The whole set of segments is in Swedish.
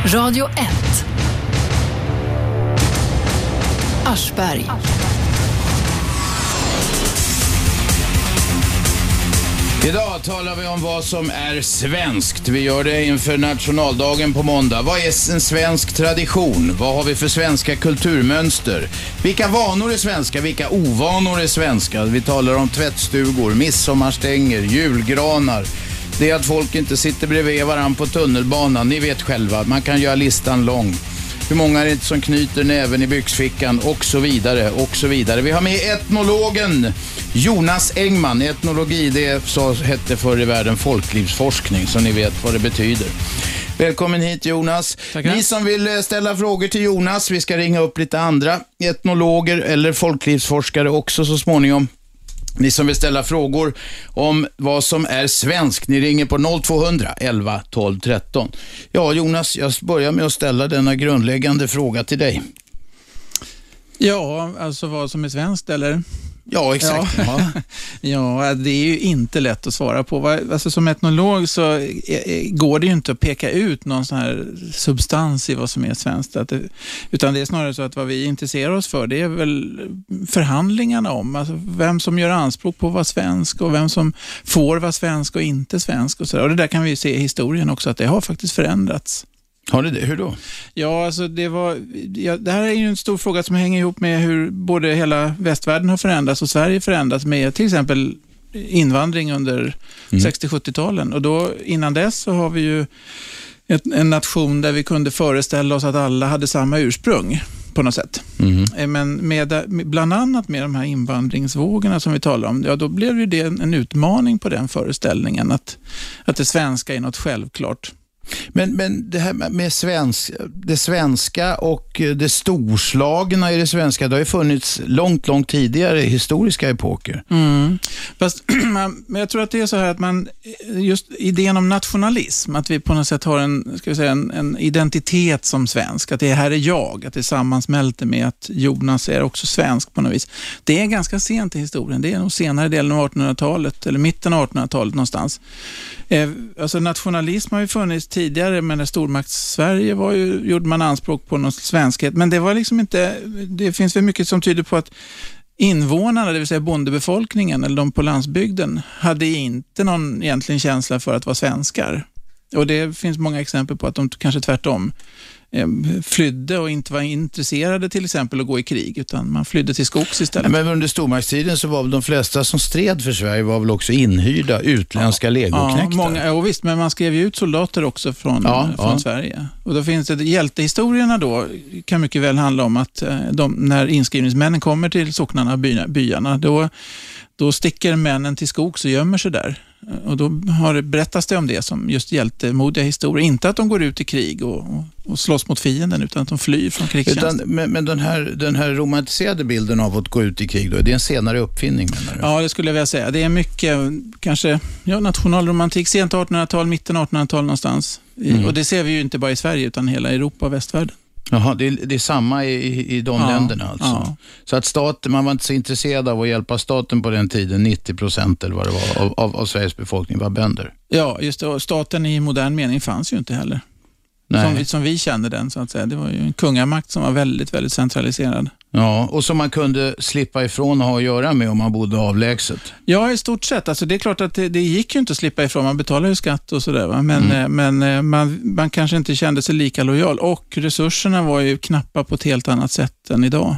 Radio 1. Aschberg. Idag talar vi om vad som är svenskt. Vi gör det inför nationaldagen på måndag. Vad är en svensk tradition? Vad har vi för svenska kulturmönster? Vilka vanor är svenska? Vilka ovanor är svenska? Vi talar om tvättstugor, midsommarstänger, julgranar. Det är att folk inte sitter bredvid varandra på tunnelbanan. Ni vet själva, man kan göra listan lång. Hur många är det som knyter näven i byxfickan och så vidare och så vidare. Vi har med etnologen Jonas Engman. Etnologi, det så hette förr i världen folklivsforskning, så ni vet vad det betyder. Välkommen hit Jonas. Tackar. Ni som vill ställa frågor till Jonas, vi ska ringa upp lite andra etnologer eller folklivsforskare också så småningom. Ni som vill ställa frågor om vad som är svensk, ni ringer på 0200 11 12 13. Ja Jonas, jag börjar med att ställa denna grundläggande fråga till dig. Ja, alltså vad som är svenskt eller? Ja, exakt. Ja. Ja, det är ju inte lätt att svara på. Alltså, som etnolog så går det ju inte att peka ut någon sån här substans i vad som är svenskt. Utan det är snarare så att vad vi intresserar oss för, det är väl förhandlingarna om. Alltså vem som gör anspråk på att vara svensk och vem som får vara svensk och inte svensk. Och det där kan vi se i historien också, att det har faktiskt förändrats. Har det? Hur då? Ja, alltså det här är ju en stor fråga som hänger ihop med hur både hela västvärlden har förändrats och Sverige förändrats med till exempel invandring under 60-70-talen. Och då innan dess så har vi ju en nation där vi kunde föreställa oss att alla hade samma ursprung på något sätt. Men bland annat med de här invandringsvågorna som vi talar om, ja, då blev ju det en utmaning på den föreställningen att det svenska är något självklart. Men det här med det svenska och det storslagna i det svenska, det har ju funnits långt tidigare i historiska epoker. Fast men jag tror att det är så här att man, just idén om nationalism, att vi på något sätt har en identitet som svensk, att det här är jag, att det sammansmälter med att Jonas är också svensk på något vis. Det är ganska sent i historien, det är nog senare delen av 1800-talet eller mitten av 1800-talet någonstans. Alltså nationalism har ju funnits tidigare, men när stormakts-Sverige gjorde man anspråk på någon svenskhet, men det var liksom inte, det finns väl mycket som tyder på att invånarna, det vill säga bondebefolkningen eller de på landsbygden, hade inte någon egentligen känsla för att vara svenskar. Och det finns många exempel på att de kanske tvärtom flydde och inte var intresserade till exempel att gå i krig, utan man flydde till skogs istället. Men under stormaktstiden så var väl de flesta som stred för Sverige var väl också inhyrda utländska legoknektar. Ja, visst, men man skrev ju ut soldater också från Sverige. Och då finns det hjältehistorierna då, kan mycket väl handla om att när inskrivningsmännen kommer till socknarna, byarna, då sticker männen till skogs och gömmer sig där. Och då berättas det om det som just hjältemodiga historier. Inte att de går ut i krig och slåss mot fienden, utan att de flyr från krigstjänst. Men den här romantiserade bilden av att gå ut i krig då, det är en senare uppfinning, menar du? Ja, det skulle jag vilja säga. Det är mycket, kanske nationalromantik, sent 1800-tal, mitten 1800-tal någonstans. Och det ser vi ju inte bara i Sverige utan hela Europa och västvärlden. Jaha, det är samma i de länderna alltså. Ja. Så att man var inte så intresserad av att hjälpa staten på den tiden, 90% eller vad det var av Sveriges befolkning var bönder. Ja, just det. Och staten i modern mening fanns ju inte heller. Som vi kände den, så att säga. Det var ju en kungamakt som var väldigt, väldigt centraliserad. Ja, och som man kunde slippa ifrån och ha att göra med om man bodde avlägset. Ja, i stort sett. Alltså, det är klart att det gick ju inte att slippa ifrån. Man betalar ju skatt och sådär. Va? Men man kanske inte kände sig lika lojal. Och resurserna var ju knappa på ett helt annat sätt än idag.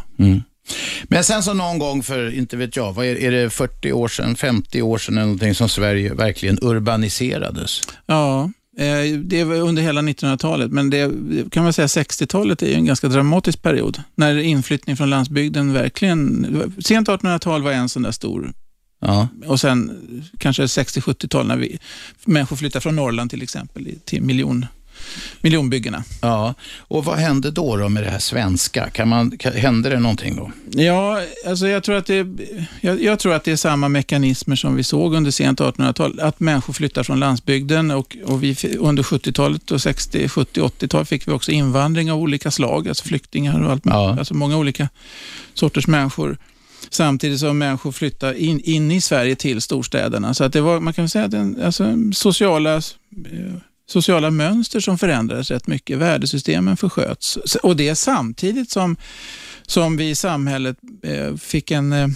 Men sen så någon gång för, inte vet jag, vad är det 40 år sedan, 50 år sedan eller någonting som Sverige verkligen urbaniserades? Ja. Det var under hela 1900-talet, men det kan man säga 60-talet är ju en ganska dramatisk period. När inflyttning från landsbygden verkligen, sent 1800-tal var en sån där stor. Ja. Och sen kanske 60-70-tal när människor flyttar från Norrland till exempel till miljonbyggena. Ja, och vad hände då med det här svenska? Hände det någonting då? Ja, alltså jag tror att det är samma mekanismer som vi såg under sent 1800-tal, att människor flyttar från landsbygden och vi under 70-talet och 60, 70, 80-tal fick vi också invandring av olika slag, alltså flyktingar och allt möjligt, alltså många olika sorters människor. Samtidigt som människor flyttar in i Sverige till storstäderna. Så att det var, man kan säga att sociala sociala mönster som förändrades rätt mycket. Värdesystemen försköts. Och det är samtidigt som vi i samhället fick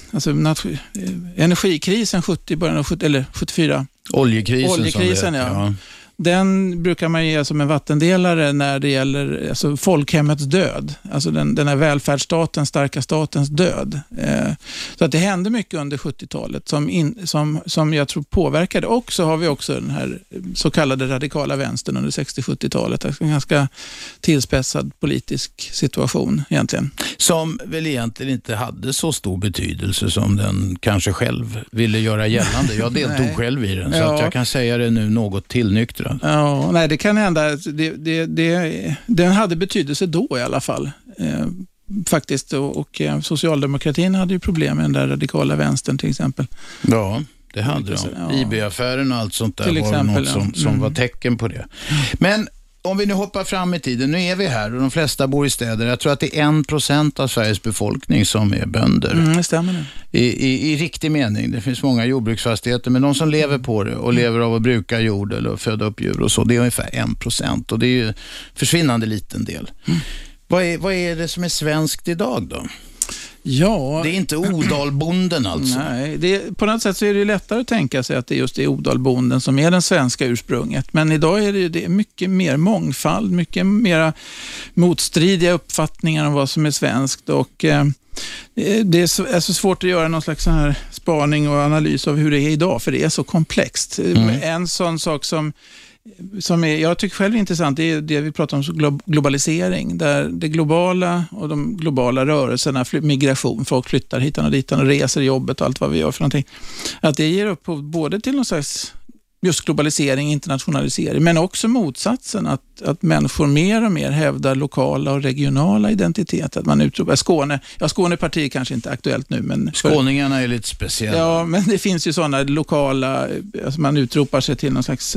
energikrisen början av 70, eller 74. Oljekrisen ja. Den brukar man ge som en vattendelare när det gäller folkhemmets död. Alltså den här välfärdsstaten, starka statens död. Så att det hände mycket under 70-talet som jag tror påverkade. Och så har vi också den här så kallade radikala vänstern under 60-70-talet. En ganska tillspetsad politisk situation egentligen. Som väl egentligen inte hade så stor betydelse som den kanske själv ville göra gällande. Jag deltog själv i den, så att jag kan säga det nu något tillnyktrad. Ja, nej, det kan hända. Den hade betydelse då i alla fall. Faktiskt. Och socialdemokratin hade ju problem med den där radikala vänstern till exempel. Ja, det hade de. Ja. IB-affären och allt sånt där var något som var tecken på det. Men om vi nu hoppar fram i tiden, nu är vi här och de flesta bor i städer. Jag tror att det är 1% av Sveriges befolkning som är bönder. Det stämmer det. I riktig mening. Det finns många jordbruksfastigheter, men de som lever på det och lever av att bruka jord eller föda upp djur och så, det är ungefär 1%. Och det är ju försvinnande liten del. Vad är det som är svenskt idag då? Ja, det är inte Odalbonden alltså. Nej, på något sätt så är det lättare att tänka sig att det just är Odalbonden som är den svenska ursprunget. Men idag är det mycket mer mångfald, mycket mer motstridiga uppfattningar om vad som är svenskt. Och det är så svårt att göra någon slags sån här spaning och analys av hur det är idag, för det är så komplext. En sån sak som jag tycker själv är intressant, det är det vi pratar om, globalisering, där det globala och de globala rörelserna, migration, folk flyttar hitan och ditan och reser jobbet och allt vad vi gör för någonting, att det ger upphov både till någon slags just globalisering, internationalisering, men också motsatsen, att människor mer och mer hävdar lokala och regionala identitet, att man utropar Skåneparti är kanske inte aktuellt nu, men skåningarna är lite speciella. Ja, men det finns ju sådana lokala, alltså man utropar sig till någon slags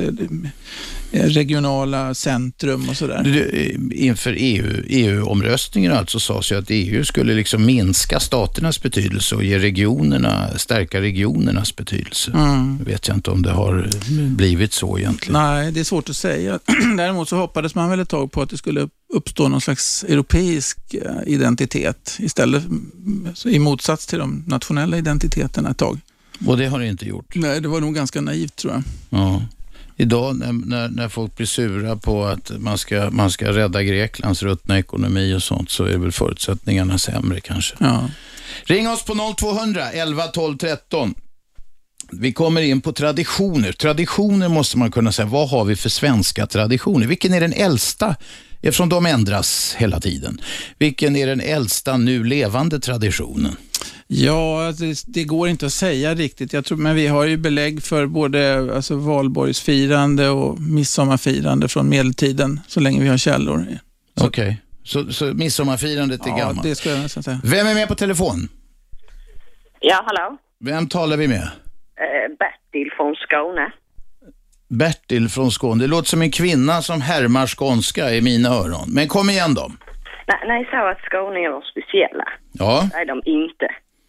regionala centrum och sådär. Inför EU-omröstningen alltså sades ju att EU skulle liksom minska staternas betydelse och stärka regionernas betydelse. Jag vet jag inte om det har blivit så egentligen. Nej, det är svårt att säga. Däremot så hoppades man väl ett tag på att det skulle uppstå någon slags europeisk identitet istället, i motsats till de nationella identiteterna ett tag. Och det har det inte gjort? Nej, det var nog ganska naivt tror jag. Ja. Idag när folk blir sura på att man ska rädda Greklands ruttna ekonomi och sånt, så är väl förutsättningarna sämre kanske. Ja. Ring oss på 0200 11 12 13. Vi kommer in på traditioner. Traditioner måste man kunna säga. Vad har vi för svenska traditioner? Vilken är den äldsta? Eftersom de ändras hela tiden. Vilken är den äldsta nu levande traditionen? Ja, det går inte att säga riktigt. Men vi har ju belägg för både valborgsfirande och midsommarfirande från medeltiden, så länge vi har källor. Okej. Så midsommarfirandet är gammalt. Ja, det ska jag nästan säga. Vem är med på telefon? Ja, hallå? Vem talar vi med? Bertil från Skåne. Bertil från Skåne. Det låter som en kvinna som härmar skånska i mina öron. Men kom igen då. Nej, så att skåningar var speciella. Ja. Nej, de inte.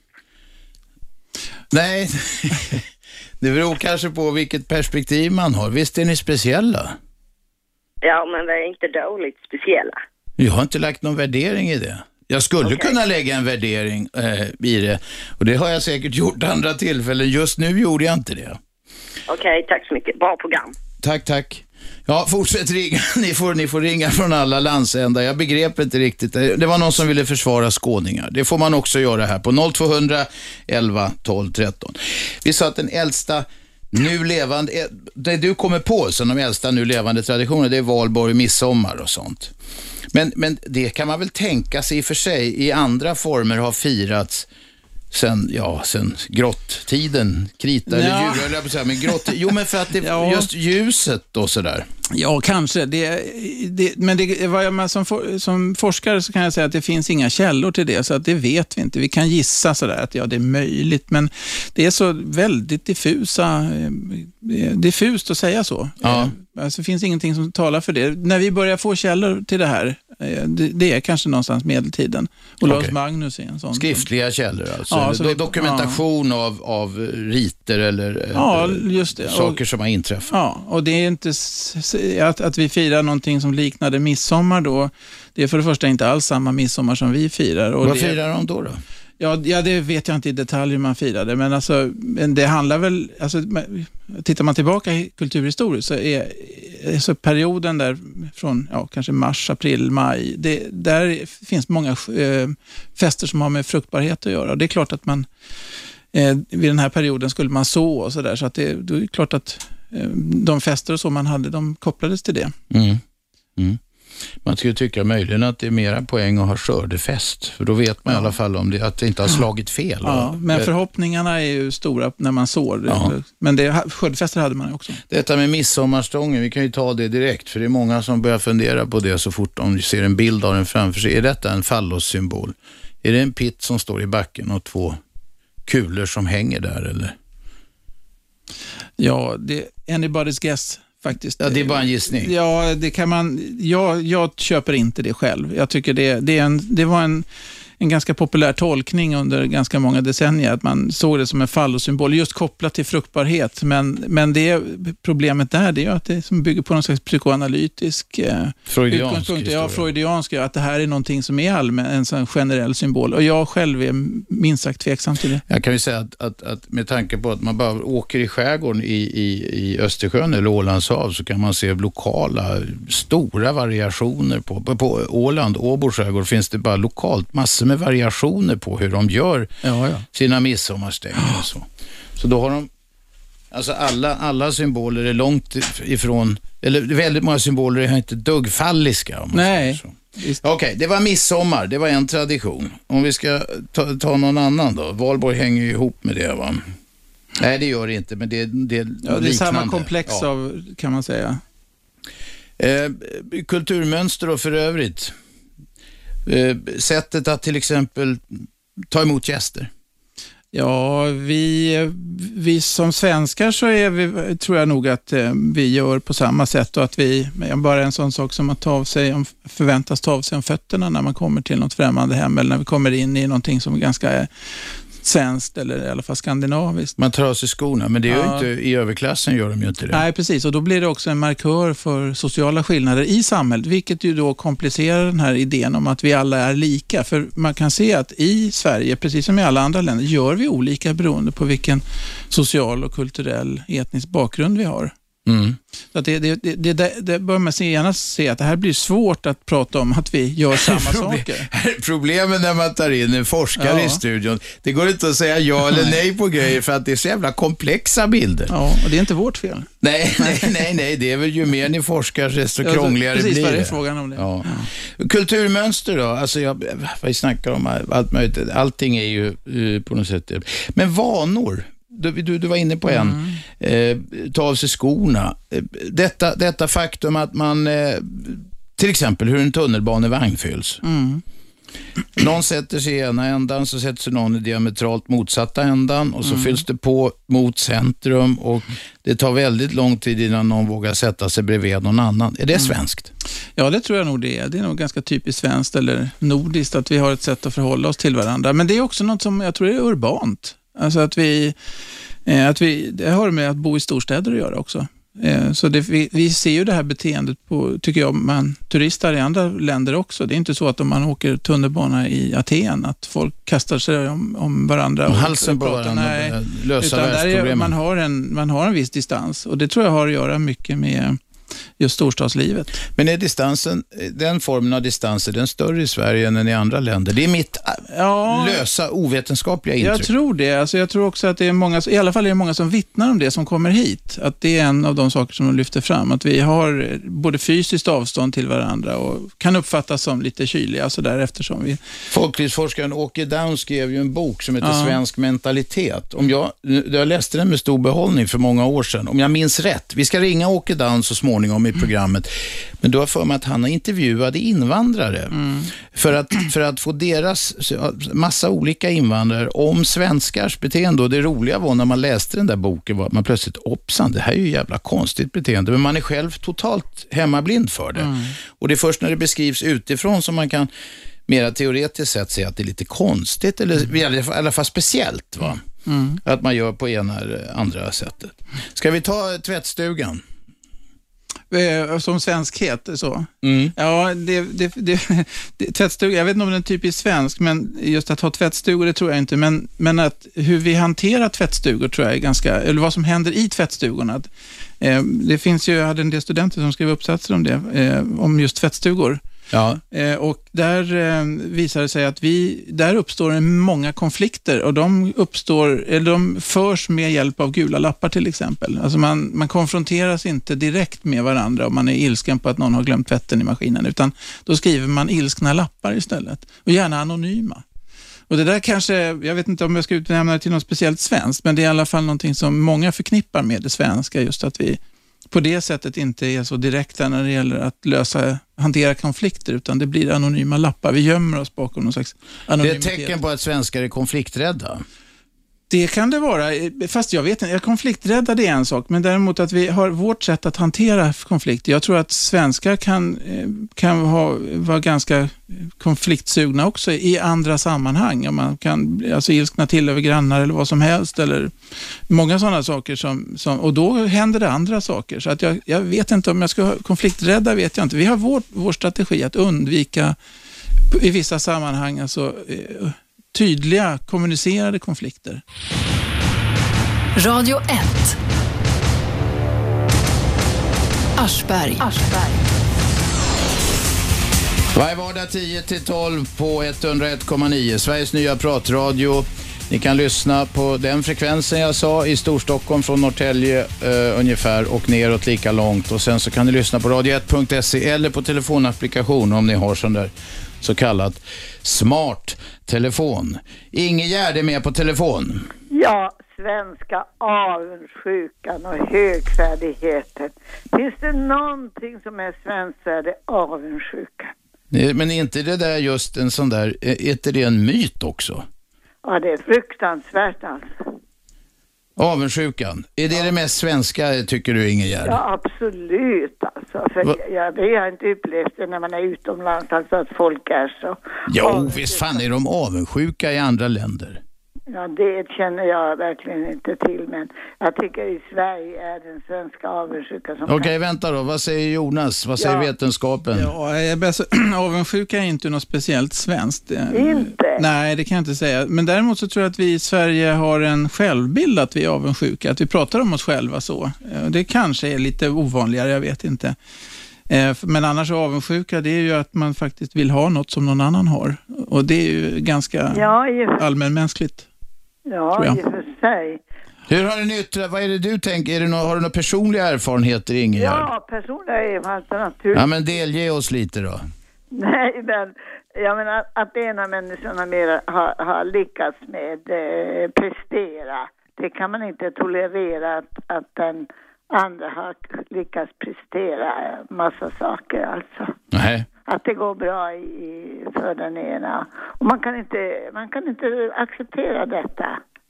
Nej, det beror kanske på vilket perspektiv man har. Visst är ni speciella? Ja, men vi är inte dåligt speciella. Jag har inte lagt någon värdering i det. Jag skulle kunna lägga en värdering i det. Och det har jag säkert gjort andra tillfällen. Just nu gjorde jag inte det. Okej, tack så mycket. Bra program. Tack. Ja, fortsätt ringa. Ni får ringa från alla landsändar. Jag begrep inte riktigt. Det var någon som ville försvara skåningar. Det får man också göra här på 0200 11 12 13. Vi sa att den äldsta nu levande, det du kommer på som de äldsta nu levande traditioner, det är valborg, midsommar och sånt. Men det kan man väl tänka sig i för sig i andra former har firats sen grottiden, krita eller djur, eller jag säga, men jo, men för att det just ljuset och sådär. Ja, kanske. Men som forskare så kan jag säga att det finns inga källor till det, så att det vet vi inte. Vi kan gissa sådär att det är möjligt, men det är så väldigt diffust att säga så. Ja. Alltså, det finns ingenting som talar för det. När vi börjar få källor till det här Det är kanske någonstans medeltiden. Olaus Magnus är en sån. Skriftliga källor alltså? Ja, eller dokumentation av riter eller just det. Saker som har inträffat? Ja, och det är inte att vi firar någonting som liknade midsommar då. Det är för det första inte alls samma midsommar som vi firar. Och vad firar de då? Ja, det vet jag inte i detalj hur man firade, men alltså, det handlar väl, alltså, tittar man tillbaka kulturhistoriskt så är så perioden där från kanske mars, april, maj, där finns många fester som har med fruktbarhet att göra. Och det är klart att man vid den här perioden skulle man så och sådär, så att det är klart att de fester och så man hade, de kopplades till det. Man skulle tycka möjligen att det är mera poäng att ha skördefest, för då vet man i alla fall om det, att det inte har slagit fel. Ja, men förhoppningarna är ju stora när man sår. Ja. Men skördefester hade man också. Detta med midsommarstången, vi kan ju ta det direkt, för det är många som börjar fundera på det så fort de ser en bild av den framför sig. Är detta en fallossymbol? Är det en pitt som står i backen och 2 kulor som hänger där, eller? Ja, det är anybody's guess. Faktiskt. Ja, det är bara en gissning. Ja, det kan man. Jag köper inte det själv. Jag tycker det var en ganska populär tolkning under ganska många decennier, att man såg det som en fallossymbol just kopplat till fruktbarhet. Men det problemet där, det är att det som bygger på någon slags psykoanalytisk utgångspunkt. Ja, freudiansk, att det här är någonting som är en sån generell symbol. Och jag själv är minst sagt tveksam till det. Jag kan ju säga att med tanke på att man bara åker i skärgården i Östersjön eller Ålandshav, så kan man se lokala stora variationer på Åland, Åbo skärgård finns det bara lokalt massor med variationer på hur de gör sina midsommarstänger och så. Så då har de, alltså alla symboler är långt ifrån, eller väldigt många symboler är inte duggfalliska. Nej. Okej, det var midsommar, det var en tradition. Om vi ska ta någon annan då. Valborg hänger ju ihop med det, va? Nej, det gör det inte, men det är liknande. Det är samma komplex av, kan man säga. Kulturmönster och för övrigt. Sättet att till exempel ta emot gäster. Ja, vi som svenskar så tror jag nog att vi gör på samma sätt, och att bara en sån sak som att förväntas ta av sig om fötterna när man kommer till något främmande hem, eller när vi kommer in i någonting som är ganska svenskt eller i alla fall skandinaviskt. Man tar av sig skorna, men det är ju inte, i överklassen gör de ju inte det. Nej, precis, och då blir det också en markör för sociala skillnader i samhället, vilket ju då komplicerar den här idén om att vi alla är lika. För man kan se att i Sverige, precis som i alla andra länder, gör vi olika beroende på vilken social och kulturell etnisk bakgrund vi har. Så att det bör man gärna se att det här blir svårt att prata om att vi gör samma saker. Problemet när man tar in en forskare i studion, det går inte att säga ja eller nej på grejer för att det är så jävla komplexa bilder. Ja, och det är inte vårt fel. Nej, det är väl ju mer ni forskar desto krångligare precis, blir det. Precis, frågan om det. Ja. Kulturmönster då, alltså vi snackar om allt möjligt, allting är ju på något sätt. Men vanor, du var inne på en, ta av sig skorna. Detta faktum att man, till exempel hur en tunnelbanevagn fylls. Någon sätter sig i ena ändan, så sätter sig någon i diametralt motsatta ändan, och så fylls det på mot centrum, och det tar väldigt lång tid innan någon vågar sätta sig bredvid någon annan. Är det svenskt? Ja, det tror jag nog det är. Det är nog ganska typiskt svenskt eller nordiskt att vi har ett sätt att förhålla oss till varandra. Men det är också något som jag tror är urbant. Alltså att det har med att bo i storstäder att göra också. Så vi ser ju det här beteendet på, tycker jag, turister i andra länder också. Det är inte så att om man åker tunnelbana i Aten att folk kastar sig om varandra och halsen på varandra. Nej, lösa världsproblemen. Man har en viss distans, och det tror jag har att göra mycket med just storstadslivet. Men är den formen av distans, är den större i Sverige än i andra länder? Det är mitt lösa ovetenskapliga intryck. Jag tror det. Alltså jag tror också att det är många, i alla fall är det många som vittnar om det som kommer hit. Att det är en av de saker som de lyfter fram. Att vi har både fysiskt avstånd till varandra och kan uppfattas som lite kyliga så där, eftersom vi... Folklivsforskaren Åke Down skrev ju en bok som heter Svensk mentalitet. Jag läste den med stor behållning för många år sedan. Om jag minns rätt. Vi ska ringa Åke Down så småningom i programmet. Men då har för mig att han har intervjuade invandrare För att få deras massa olika invandrare om svenskars beteende. Och det roliga var när man läste den där boken var att man plötsligt, hoppsan, det här är ju jävla konstigt beteende. Men man är själv totalt hemmablind för det. Och det är först när det beskrivs utifrån som man kan mera teoretiskt sett säga att det är lite konstigt eller i alla fall speciellt, va? Att man gör på ena eller andra sättet. Ska vi ta tvättstugan? Som svenskhet så. Ja, tvättstugor, jag vet inte om den är typiskt svensk, men just att ha tvättstugor, det tror jag inte, men att hur vi hanterar tvättstugor tror jag är ganska, eller vad som händer i tvättstugorna. Det finns ju, jag hade en del studenter som skrev uppsatser om det, om just tvättstugor. Ja. Och där visar det sig att där uppstår många konflikter och de förs med hjälp av gula lappar till exempel. Alltså man konfronteras inte direkt med varandra om man är ilsken på att någon har glömt tvätten i maskinen, utan då skriver man ilskna lappar istället och gärna anonyma. Och det där kanske, jag vet inte om jag ska utnämna det till något speciellt svenskt, men det är i alla fall någonting som många förknippar med det svenska, just att vi på det sättet inte är så direkta när det gäller att hantera konflikter, utan det blir anonyma lappar. Vi gömmer oss bakom någon slags anonymitet. Det är ett tecken på att svenskar är konflikträdda. Det kan det vara, fast jag vet inte, konflikträdda det är en sak, men däremot att vi har vårt sätt att hantera konflikter. Jag tror att svenskar kan vara ganska konfliktsugna också i andra sammanhang. Man kan alltså ilskna till över grannar eller vad som helst, eller många sådana saker som och då händer det andra saker. Så att jag vet inte om jag ska ha konflikträdda, vet jag inte. Vi har vår strategi att undvika i vissa sammanhang alltså tydliga kommunicerade konflikter. Radio 1. Aschberg. Varje vardag 10-12 på 101,9. Sveriges nya pratradio. Ni kan lyssna på den frekvensen jag sa i Storstockholm från Norrtälje ungefär och neråt lika långt. Och sen så kan ni lyssna på radio1.se eller på telefonapplikation om ni har sån där så kallat smart telefon. Inge Gärde är med på telefon. Ja, svenska avundsjukan och högfärdigheten. Finns det någonting som är svenskfärdig avundsjukan? Men är inte det där just en sån där, är inte det en myt också? Ja, det är fruktansvärt alltså. Avundsjukan, är det det mest svenska tycker du, Inge Gärde? Ja, absolut alltså. För det har inte upplevt det när man är utomlands, alltså att folk är så. Jo, visst fan är de avundsjuka i andra länder. Ja, det känner jag verkligen inte till, men jag tycker i Sverige är den svenska avundsjuka som... Okej, vänta då. Vad säger Jonas? Vad säger vetenskapen? Ja, avundsjuka är inte något speciellt svenskt. Inte? Nej, det kan jag inte säga. Men däremot så tror jag att vi i Sverige har en självbild att vi är avundsjuka, att vi pratar om oss själva så. Det kanske är lite ovanligare, jag vet inte. Men annars avundsjuka, det är ju att man faktiskt vill ha något som någon annan har. Och det är ju ganska allmänmänskligt. Ja, i och för sig. Hur har du nyttrat? Vad är det du tänker? Har du några personliga erfarenheter, Ingegärd? Ja, personliga erfarenheter naturligtvis. Ja, men delge oss lite då. Nej, men jag menar att ena människorna mer har lyckats med prestera. Det kan man inte tolerera att den andra har lyckats prestera massa saker alltså. Nej. Att det går bra för den ena. Och man kan inte acceptera detta.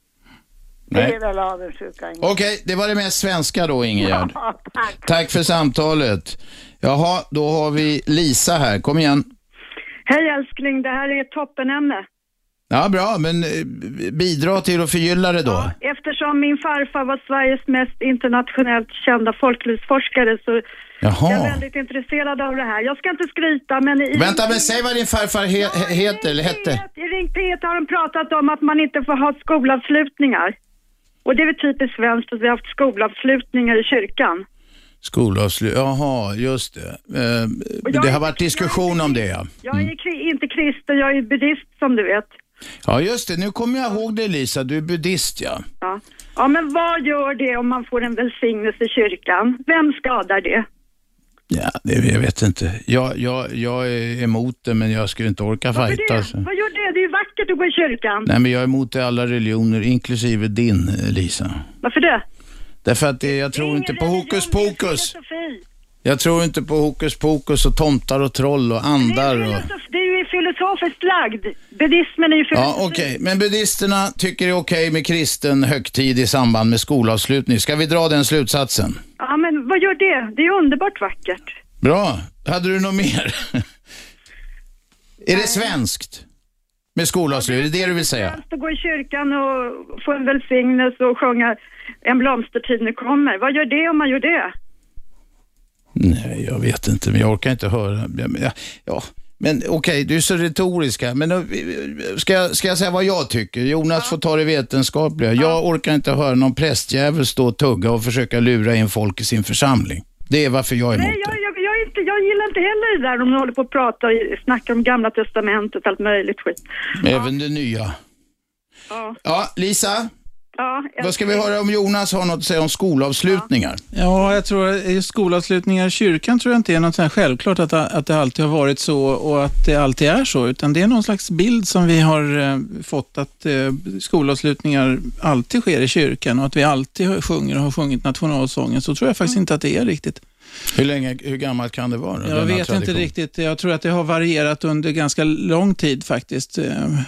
Nej. Det är väl avundsjuka. Okej, det var det mest svenska då, Ingegärd. Ja, tack. Tack för samtalet. Jaha, då har vi Lisa här. Kom igen. Hej älskling, det här är ett toppenämne. Ja, bra, men bidra till att förgylla det då. Ja, eftersom min farfar var Sveriges mest internationellt kända folklivsforskare så jag är väldigt intresserad av det här. Jag ska inte skryta, men... Vänta, men säg vad din farfar heter eller hette. I Ring P1 har de pratat om att man inte får ha skolavslutningar. Och det är väl typiskt svenskt att vi har haft skolavslutningar i kyrkan. Jaha, just det. Det har varit diskussion om det, ja. Jag är inte kristen, jag är buddhist som du vet. Ja, just det. Nu kommer jag ihåg det, Lisa. Du är buddhist, ja. Ja, men vad gör det om man får en välsignelse i kyrkan? Vem skadar det? Ja, jag vet inte. Jag är emot det, men jag skulle inte orka fighta. Vad gör det? Det är ju vackert att gå i kyrkan. Nej, men jag är emot alla religioner, inklusive din, Lisa. Varför det? Därför att jag tror inte på hokus pokus. Jag tror inte på hokus pokus och tomtar och troll och andar. Det är ju filosofiskt lagd. Buddhismen är ju filosofiskt. Ja, okej. Men buddisterna tycker det är okej med kristen högtid i samband med skolavslutning. Ska vi dra den slutsatsen? Ja, men vad gör det? Det är underbart vackert. Bra. Hade du något mer? Är det svenskt med skolavslutning? Är det det du vill säga? Att gå i kyrkan och få en välsignelse och sjunga En blomstertid nu kommer. Vad gör det om man gör det? Nej, jag vet inte, men jag orkar inte höra. Ja, men okej, du är så retoriska. Men då, ska jag säga vad jag tycker? Jonas får ta det vetenskapliga. Jag orkar inte höra någon prästjävel stå och tugga och försöka lura in folk i sin församling. Det är varför jag är emot det. Jag gillar inte heller det där de håller på att prata och snacka om Gamla testamentet, allt möjligt skit. Även det nya. Ja, Lisa? Ja, vad ska vi höra om Jonas har något att säga om skolavslutningar? Ja, jag tror att skolavslutningar i kyrkan tror jag inte är något så här självklart att det alltid har varit så och att det alltid är så, utan det är någon slags bild som vi har fått att skolavslutningar alltid sker i kyrkan och att vi alltid sjunger och har sjungit nationalsången. Så tror jag faktiskt inte att det är riktigt. Hur gammalt kan det vara? Jag vet inte riktigt. Jag tror att det har varierat under ganska lång tid faktiskt.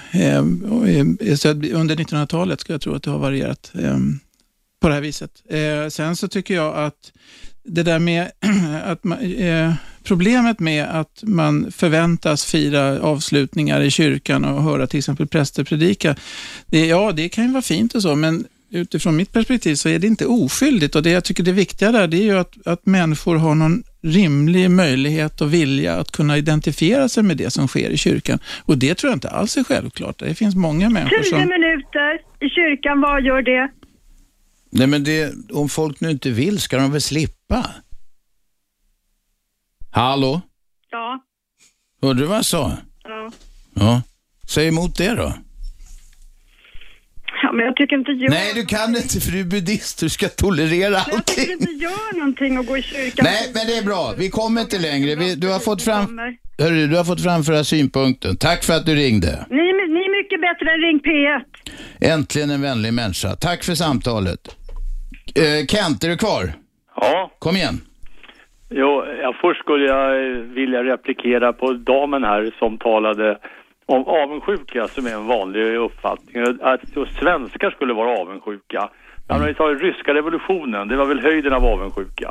Under 1900-talet ska jag tro att det har varierat på det här viset. Sen så tycker jag att det där med att problemet med att man förväntas fira avslutningar i kyrkan och höra till exempel präster predika, det kan ju vara fint och så, men utifrån mitt perspektiv så är det inte oskyldigt, och det jag tycker det viktiga där, det är ju att människor har någon rimlig möjlighet och vilja att kunna identifiera sig med det som sker i kyrkan, och det tror jag inte alls är självklart. Det finns många människor 10 minuter i kyrkan, vad gör det? Nej, men om folk nu inte vill ska de väl slippa. Hallå? Ja. Hörde du vad jag sa? Ja. Säg emot det då. Ja, men jag tycker inte Nej, du kan inte, för du är buddhist. Du ska tolerera allting. Jag tycker inte gör någonting att gå i kyrkan. Nej, men det är bra. Vi kommer inte längre. Du har fått framföra synpunkten. Tack för att du ringde. Ni är mycket bättre än Ring P1. Äntligen en vänlig människa. Tack för samtalet. Kent, är du kvar? Ja. Kom igen. Jo, först skulle jag vilja replikera på damen här som talade om avundsjuka, som är en vanlig uppfattning. Att svenskar skulle vara avundsjuka. Men när vi tar ryska revolutionen, det var väl höjden av avundsjuka.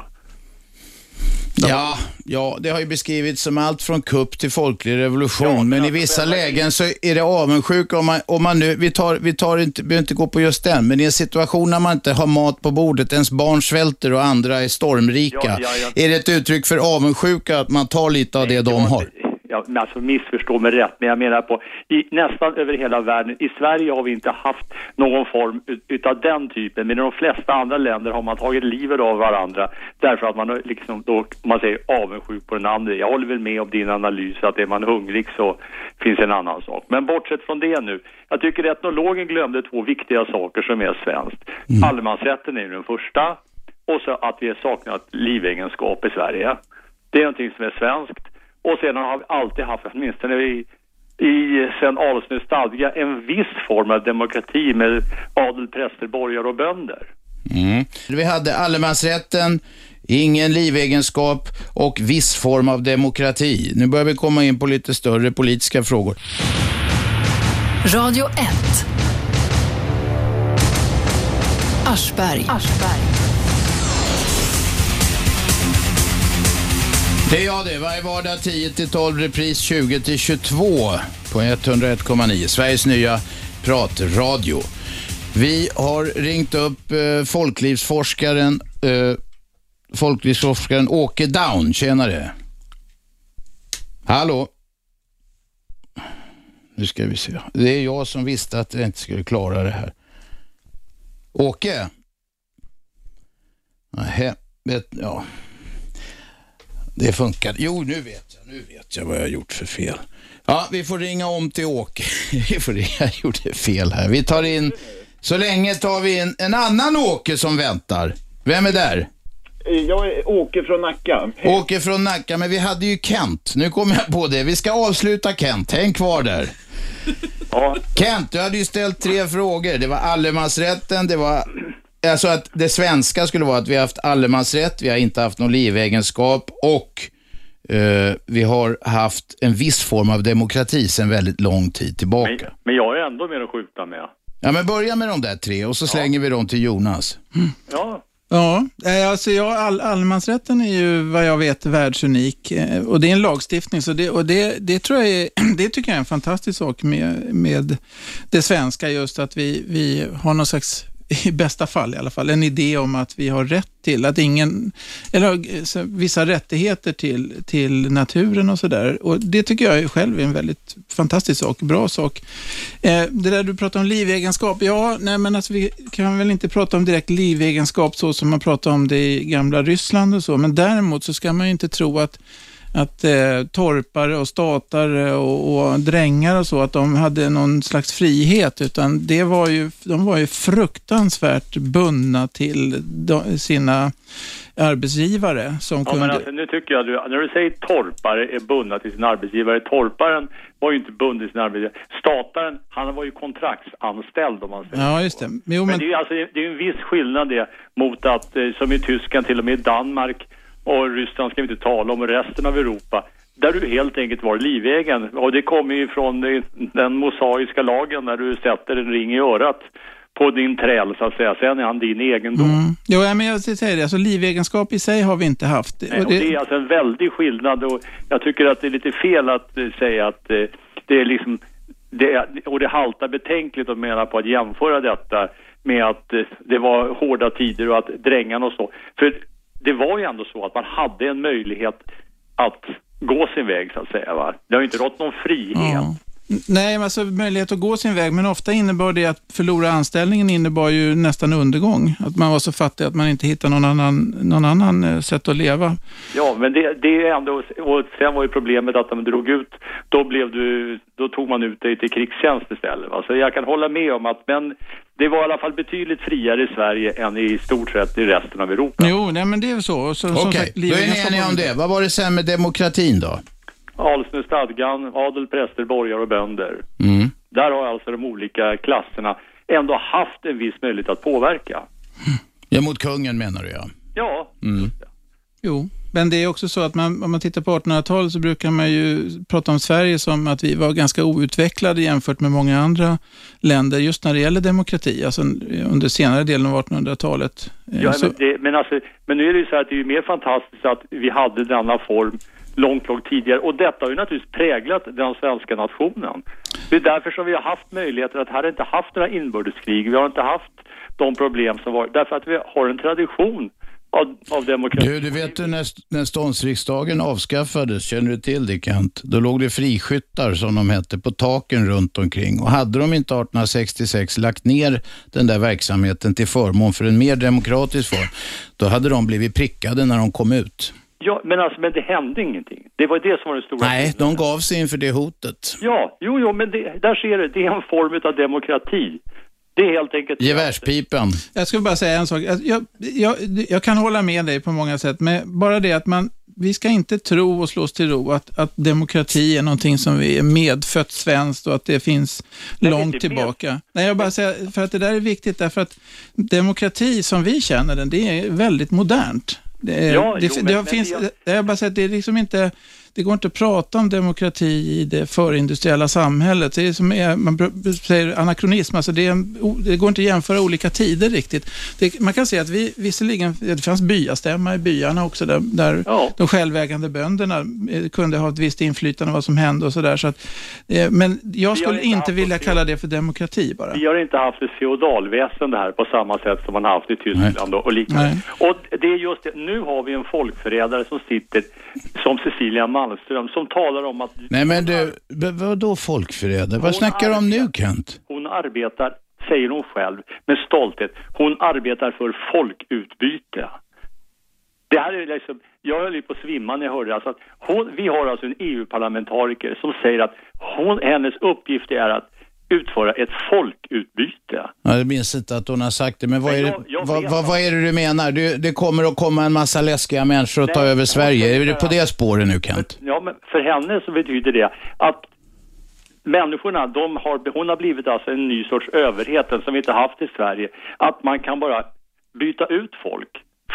Ja, det har ju beskrivits som allt från kupp till folklig revolution, men i vissa lägen så är det avundsjuka om man nu, vi behöver inte gå på just den, men i en situation när man inte har mat på bordet, ens barn svälter och andra är stormrika, är det ett uttryck för avundsjuka att man tar lite av det de har? Alltså missförstå mig rätt, men jag menar på nästan över hela världen. I Sverige har vi inte haft någon form utav den typen, men i de flesta andra länder har man tagit livet av varandra därför att man liksom då, man säger avundsjuk på den andra. Jag håller väl med om din analys att är man hungrig så finns en annan sak. Men bortsett från det nu, jag tycker att etnologen glömde 2 viktiga saker som är svenskt. Allemansrätten är den första, och så att vi har saknat livegenskap i Sverige. Det är någonting som är svenskt. Och sedan har vi alltid haft, åtminstone sen Adelsnös stadga, en viss form av demokrati med adel, präster, borgare och bönder. Vi hade allemansrätten, ingen livegenskap och viss form av demokrati. Nu börjar vi komma in på lite större politiska frågor. Radio 1. Aschberg. Det är jag det. Varje vardag 10-12, repris 20-22 på 101,9. Sveriges nya pratradio. Vi har ringt upp folklivsforskaren Åke Down. Tjenare. Hallå. Nu ska vi se. Det är jag som visste att jag inte skulle klara det här. Åke? Nej, ja. Det funkar. Jo, nu vet jag vad jag har gjort för fel. Ja, vi får ringa om till Åke. Jag gjorde fel här. Vi tar in, så länge tar vi in en annan Åke som väntar. Vem är där? Jag är Åke från Nacka. Åke från Nacka, men vi hade ju Kent. Nu kommer jag på det. Vi ska avsluta Kent. Häng kvar där. Ja. Kent, du hade ju ställt 3 frågor. Det var allemansrätten, det var... Alltså att det svenska skulle vara att vi har haft allemansrätt, vi har inte haft någon livegenskap och vi har haft en viss form av demokrati sedan väldigt lång tid tillbaka. Men jag är ändå mer att skjuta med. Ja, men börja med de där 3 och så slänger vi dem till Jonas. Ja. Ja, alltså allemansrätten är ju vad jag vet världsunik och det är en lagstiftning så det tror jag är, det tycker jag är en fantastisk sak med det svenska, just att vi har någon slags, i bästa fall i alla fall, en idé om att vi har rätt till att vissa rättigheter till naturen och sådär. Och det tycker jag själv är en väldigt fantastisk sak, bra sak. Det där du pratar om livegenskap, men alltså vi kan väl inte prata om direkt livegenskap så som man pratar om det i gamla Ryssland och så, men däremot så ska man ju inte tro att torpare och statare och drängar och så, att de hade någon slags frihet, utan de var ju fruktansvärt bundna till sina arbetsgivare som kunde... Men alltså, nu tycker jag när du säger torpare är bundna till sin arbetsgivare, torparen var ju inte bunden till sin arbetsgivare. Stataren, han var ju kontraktsanställd om man säger. Ja, just det. Men det är ju en viss skillnad det mot att, som i Tyskland, till och med i Danmark och Ryssland ska vi inte tala om, och resten av Europa, där du helt enkelt var livegen. Och det kommer ju från den mosaiska lagen när du sätter en ring i örat på din träl så att säga. Sen är han din egendom. Jo, men jag säger det. Alltså livegenskap i sig har vi inte haft. Nej, och det är alltså en väldig skillnad, och jag tycker att det är lite fel att säga att det är liksom... Och det haltar betänkligt att mena på att jämföra detta med att det var hårda tider och att drängarna och så. För det var ju ändå så att man hade en möjlighet att gå sin väg så att säga, va? Det har ju inte rått någon frihet. Ja. Nej, men alltså möjlighet att gå sin väg, men ofta innebar det att förlora anställningen innebar ju nästan undergång. Att man var så fattig att man inte hittade någon annan sätt att leva. Ja, men det är ändå, och sen var ju problemet att de drog ut, då tog man ut dig till krigstjänst istället. Alltså jag kan hålla med om att, men det var i alla fall betydligt friare i Sverige än i stort sett i resten av Europa. Jo, nej, men det är så. Okej, då är ni eniga om det. Vad var det sen med demokratin då? Alsnö-stadgan, adel, präster, borgare och bönder. Där har alltså de olika klasserna ändå haft en viss möjlighet att påverka. Ja, mot kungen menar du, ja. Ja. Jo, men det är också så att om man tittar på 1800-talet så brukar man ju prata om Sverige som att vi var ganska outvecklade jämfört med många andra länder just när det gäller demokrati, alltså under senare delen av 1800-talet. Ja, men nu är det ju så att det är mer fantastiskt att vi hade denna form långt tidigare, och detta har ju naturligtvis präglat den svenska nationen. Det är därför som vi har haft möjligheter att här inte haft några inbördeskrig, vi har inte haft de problem som var, därför att vi har en tradition av demokrati. Du vet ju när ståndsriksdagen avskaffades, känner du till det, Kent? Då låg det friskyttar som de hette på taken runt omkring, och hade de inte 1866 lagt ner den där verksamheten till förmån för en mer demokratisk form, då hade de blivit prickade när de kom ut. Ja, men det hände ingenting. Det var det som var det stora. Nej, de gav sig inför det hotet. Ja, men där ser du, det är en form av demokrati. Det är helt enkelt... Gevärspipen. Jag skulle bara säga en sak. Jag kan hålla med dig på många sätt, men bara det att vi ska inte tro och slås till ro att demokrati är någonting som vi är medfött svenskt och att det finns långt tillbaka. Nej, jag bara säger, för att det där är viktigt, därför att demokrati som vi känner den, det är väldigt modernt. Det går inte att prata om demokrati i det förindustriella samhället. Det är som man säger anakronism. Alltså det går inte att jämföra olika tider riktigt. Man kan säga att det fanns byastämma i byarna också där de självägande bönderna kunde ha ett visst inflytande vad som hände och sådär. Så att, men jag skulle inte vilja kalla det för demokrati bara. Vi har inte haft ett feodalväsende här på samma sätt som man har haft i Tyskland och liknande. Nej. Och det är just det. Nu har vi en folkförrädare som sitter som Cecilia Malmström som talar om att... Nej, men vadå folkförrädare? Vad snackar du om nu, Kent? Hon arbetar, säger hon själv, med stolthet. Hon arbetar för folkutbyte. Det här är liksom... Jag höll ju på att svimma när jag hörde det. Alltså att vi har alltså en EU-parlamentariker som säger att hennes uppgift är att utföra ett folkutbyte. Ja, jag minns inte att hon har sagt det, men vad är det du menar? Det kommer att komma en massa läskiga människor att ta över Sverige. Är du på det spåret nu, Kent? Ja, men för henne så betyder det att människorna, hon har blivit alltså en ny sorts överhet som vi inte haft i Sverige. Att man kan bara byta ut folk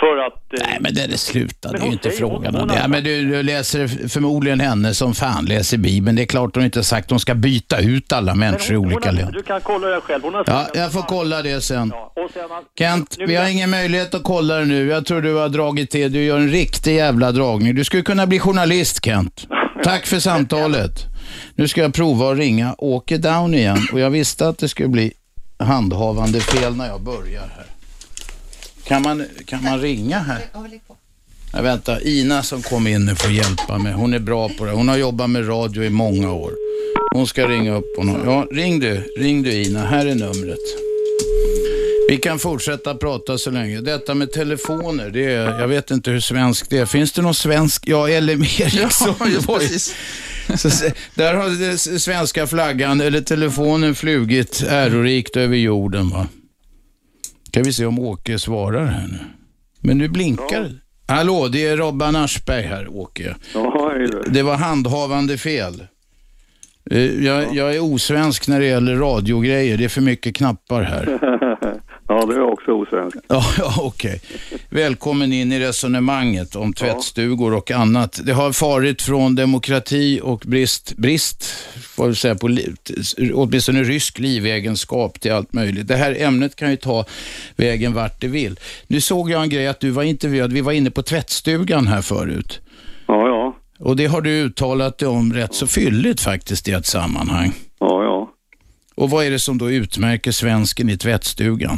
För att... Nej, men det är slutat. Det är ju inte frågan om det. Men du läser förmodligen henne som fan läser Bibeln. Det är klart hon inte har sagt att de ska byta ut alla människor i olika länder. Du kan kolla det själv. Ja, jag får kolla det sen. Kent, vi har ingen möjlighet att kolla det nu. Jag tror du har dragit till. Du gör en riktig jävla dragning. Du skulle kunna bli journalist, Kent. Tack för samtalet. Nu ska jag prova att ringa Åke Down igen. Och jag visste att det skulle bli handhavande fel när jag börjar här. Kan man ringa här? Ja, vänta, Ina som kom in nu får hjälpa mig. Hon är bra på det. Hon har jobbat med radio i många år. Hon ska ringa upp honom. Ja, ring du Ina. Här är numret. Vi kan fortsätta prata så länge. Detta med telefoner, det är, jag vet inte hur svensk det är. Finns det någon svensk? Ja, eller Eriksson. Ja, precis. Så, där har den svenska flaggan eller telefonen flugit ärorikt över jorden, va? Kan vi se om Åke svarar här nu. Men nu blinkar det. Ja. Hallå, det är Robban Aschberg här, Åke. Ja, det var handhavande fel. Jag är osvensk när det gäller radiogrejer. Det är för mycket knappar här. Ja, det är också osvensk. Ja, okej. Välkommen in i resonemanget om tvättstugor och annat. Det har farit från demokrati och brist får jag säga, på åtminstone rysk livegenskap till allt möjligt. Det här ämnet kan ju ta vägen vart det vill. Nu såg jag en grej att du var intervjuad. Vi var inne på tvättstugan här förut. Ja. Och det har du uttalat dig om rätt så fylligt faktiskt i ett sammanhang. Ja. Och vad är det som då utmärker svensken i tvättstugan?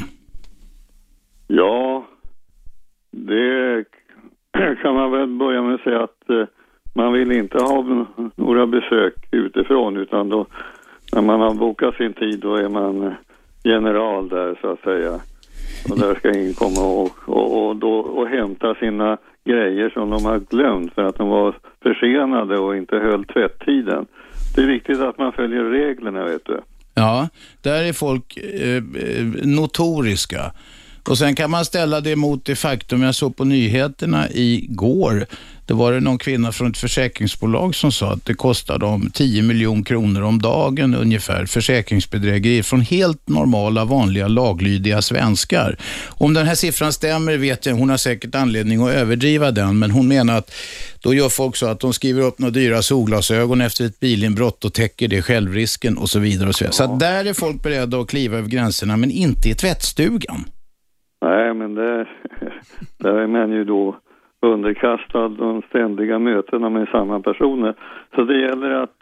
Ja, det kan man väl börja med att säga att man vill inte ha några besök utifrån, utan då när man har bokat sin tid då är man general där så att säga. Och där ska ingen komma och hämta sina grejer som de har glömt för att de var försenade och inte höll tvätttiden. Det är viktigt att man följer reglerna, vet du. Ja, där är folk notoriska. Och sen kan man ställa det mot det faktum jag såg på nyheterna igår. Det var det någon kvinna från ett försäkringsbolag som sa att det kostar dem 10 miljoner kronor om dagen ungefär försäkringsbedrägeri från helt normala, vanliga, laglydiga svenskar. Om den här siffran stämmer vet jag, hon har säkert anledning att överdriva den, men hon menar att då gör folk så att de skriver upp några dyra solglasögon efter ett bilinbrott och täcker det självrisken och så vidare och så vidare. Så att där är folk beredda att kliva över gränserna, men inte i tvättstugan. Nej, men där är man ju då underkastad de ständiga mötena med samma personer. Så det gäller att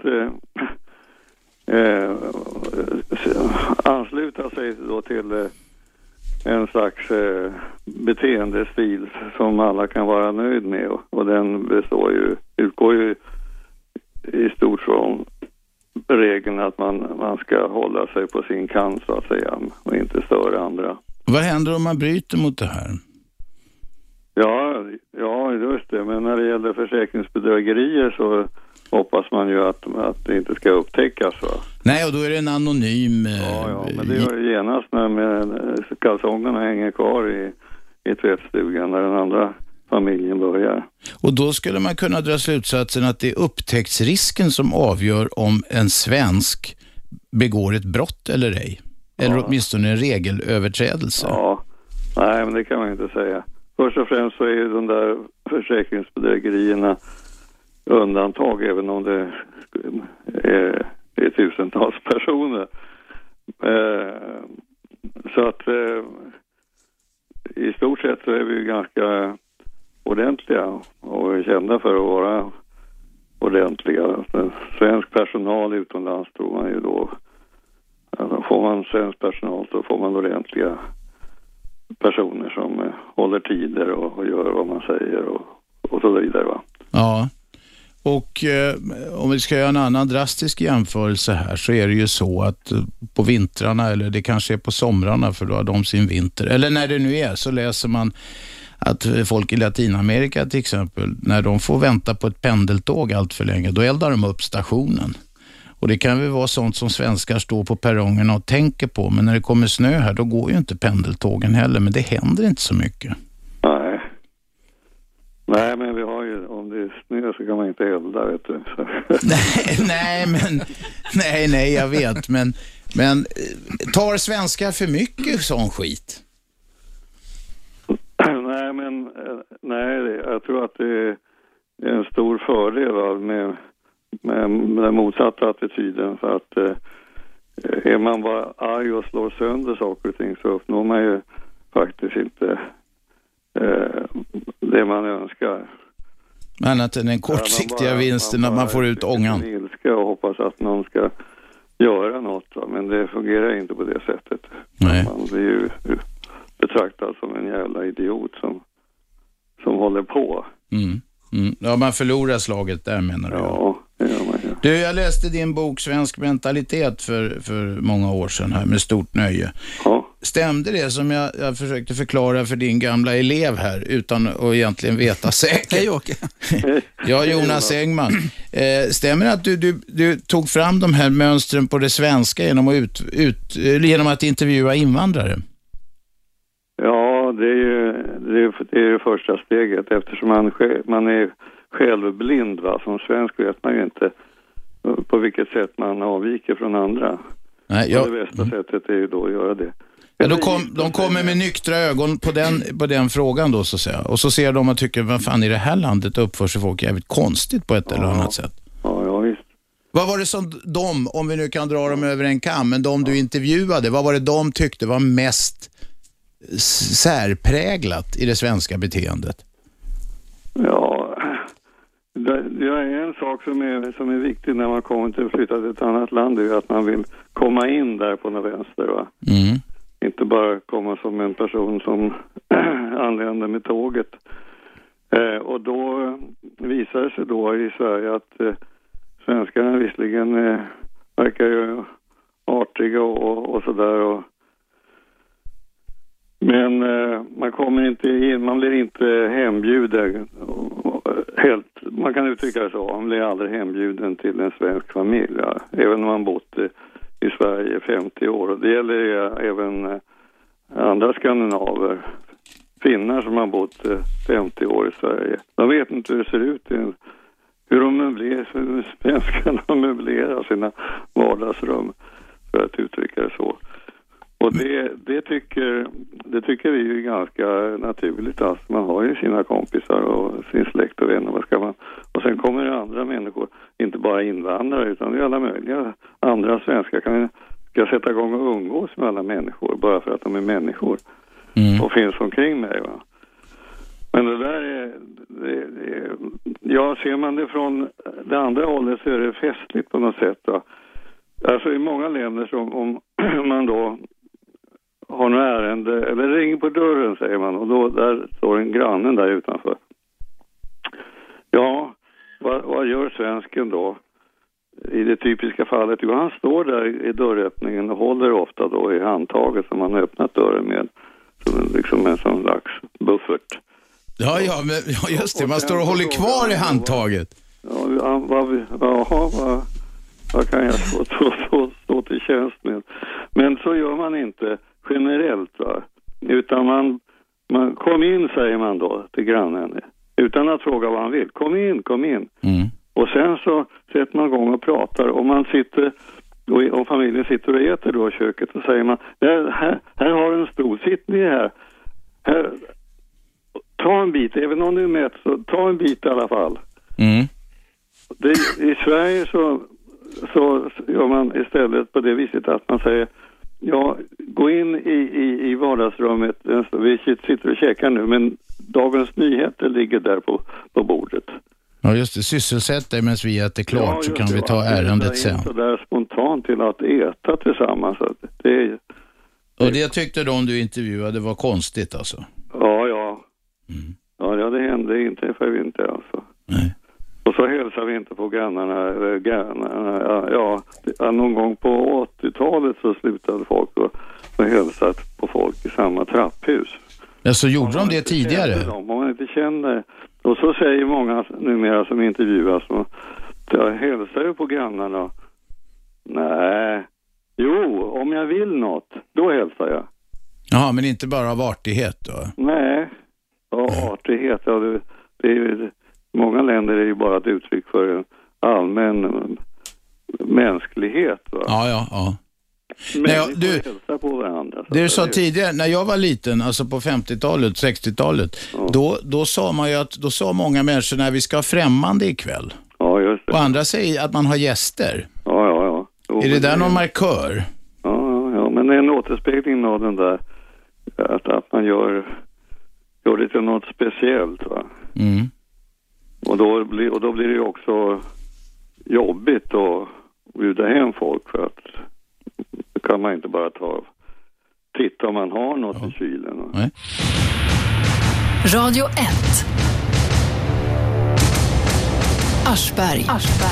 ansluta sig då till en slags beteendestil som alla kan vara nöjd med. Och den utgår ju i stort från regeln att man ska hålla sig på sin kant så att säga och inte störa andra. Vad händer om man bryter mot det här? Ja, just det. Men när det gäller försäkringsbedrägerier så hoppas man ju att det inte ska upptäckas, va? Nej, och då är det en anonym... Ja, men det är ju genast när kalsongerna hänger kvar i tvättstugan när den andra familjen börjar. Och då skulle man kunna dra slutsatsen att det är upptäcktsrisken som avgör om en svensk begår ett brott eller ej. Eller åtminstone en regelöverträdelse. Ja, nej, men det kan man inte säga. Först och främst så är ju de där försäkringsbedrägerierna undantag, även om det är tusentals personer. Så att i stort sett så är vi ju ganska ordentliga och kända för att vara ordentliga. Svensk personal utomlands tror man ju då. Alltså får man svensk personal så får man ordentliga personer som håller tider och gör vad man säger och så vidare, va? Ja, och om vi ska göra en annan drastisk jämförelse här så är det ju så att på vintrarna, eller det kanske är på somrarna för då har de sin vinter, eller när det nu är så läser man att folk i Latinamerika till exempel, när de får vänta på ett pendeltåg allt för länge, då eldar de upp stationen. Och det kan väl vara sånt som svenskar står på perrongerna och tänker på. Men när det kommer snö här, då går ju inte pendeltågen heller. Men det händer inte så mycket. Nej, men vi har ju, om det är snö så kan man inte elda, vet du. Nej, jag vet. Men tar svenskar för mycket sån skit? Jag tror att det är en stor fördel med den motsatta attityden, för att är man bara arg och slår sönder saker och ting så uppnår man ju faktiskt inte det man önskar. Annat än den kortsiktiga vinsten när man får ut ångan. Man ilska och hoppas att någon ska göra något, va? Men det fungerar inte på det sättet. Nej. Man blir ju betraktad som en jävla idiot som håller på. Ja, man förlorar slaget där, menar du? Ja, det gör man ju. Du, jag läste din bok Svensk mentalitet för många år sedan här med stort nöje. Ja. Stämde det som jag försökte förklara för din gamla elev här utan att egentligen veta säkert? Hej Åke. Ja, Jonas Engman. Stämmer det att du tog fram de här mönstren på det svenska genom att intervjua invandrare? Ja, det är ju första steget, eftersom man är självblind, va? Som svensk vet man ju inte på vilket sätt man avviker från andra. Nej, det bästa sättet är ju då att göra det. Ja, de kommer med nyktra ögon på den frågan då, så att säga. Och så ser de och tycker, vad fan, i det här landet uppför sig folk jävligt konstigt på ett eller annat sätt. Ja, visst. Vad var det som om vi nu kan dra dem över en kam, men de du intervjuade, vad var det de tyckte var mest särpräglat i det svenska beteendet? Ja, det är en sak som är viktig när man kommer till att flytta till ett annat land, är att man vill komma in där på den vänster, va? Inte bara komma som en person som anländer med tåget. Och då visar det sig då i Sverige att svenskarna visserligen verkar ju artiga och sådär. Men man kommer inte in, man blir inte hembjuden. Man kan uttrycka det så, man blir aldrig hembjuden till en svensk familj. Ja. Även om man bott i Sverige 50 år. Och det gäller även andra skandinaver. Finnar som har bott 50 år i Sverige. De vet inte hur det ser ut. Hur svenskarna möblerar sina vardagsrum, för att uttrycka det så. Och det tycker vi är ganska naturligt. Alltså man har ju sina kompisar och sin släkt och vänner. Och sen kommer det andra människor, inte bara invandrare utan det är alla möjliga andra svenskar ska sätta igång och umgås med alla människor bara för att de är människor och finns omkring mig, va? Men det där ser man det från det andra hållet så är det festligt på något sätt, va? Alltså i många länder så om man då har något ärende, eller ringer på dörren säger man, och då där står en grannen där utanför. Ja, vad gör svensken då? I det typiska fallet, jo, han står där i dörröppningen och håller ofta då i handtaget som han öppnat dörren med, som liksom en sån slags buffert. Ja, just det, man står och håller kvar i handtaget. Ja, vad kan jag stå till tjänst med? Men så gör man inte generellt, va? Utan man kom in, säger man då till grannen, utan att fråga vad han vill. Kom in. Och sen så sätter man igång och pratar, och man sitter, och familjen sitter och äter då i köket, och säger man, här har du en stol, sitt ner här, ta en bit, även om du är mätt, så ta en bit i alla fall. I Sverige så gör man istället på det viset att man säger, ja, gå in i vardagsrummet, vi sitter och käkar nu, men dagens nyheter ligger där på bordet. Ja, just det, sysselsätt dig medan vi äter klart, så kan vi ta ärendet sen. Så där spontant till att äta tillsammans. Och det tyckte de du intervjuade var konstigt alltså? Ja. Ja, det hände inte för vi inte alltså. Nej. Och så hälsar vi inte på grannarna. Någon gång på 80-talet så slutade folk och hälsat på folk i samma trapphus. Ja, så gjorde de det tidigare? Om man inte känner. Och så säger många numera som intervjuas, jag hälsar ju på grannarna. Nej. Jo, om jag vill något, då hälsar jag. Ja, men inte bara av artighet då? Nej. Ja, artighet, ja, det är ju... Många länder är ju bara ett uttryck för en allmän mänsklighet, va? Ja. Men vi får hälsa på varandra. Det du sa tidigare, när jag var liten, alltså på 50-talet, 60-talet, då sa man ju att, då sa många människor när vi ska ha främmande ikväll. Ja, just det. Och andra säger att man har gäster. Ja. Är det där någon markör? Ja, men det är en återspegling av den där, att man gör det till något speciellt, va? Mm. Och då blir det ju också jobbigt att bjuda hem folk, för att det kan man inte bara titta om man har något i kylen. Nej. Radio 1. Aschberg.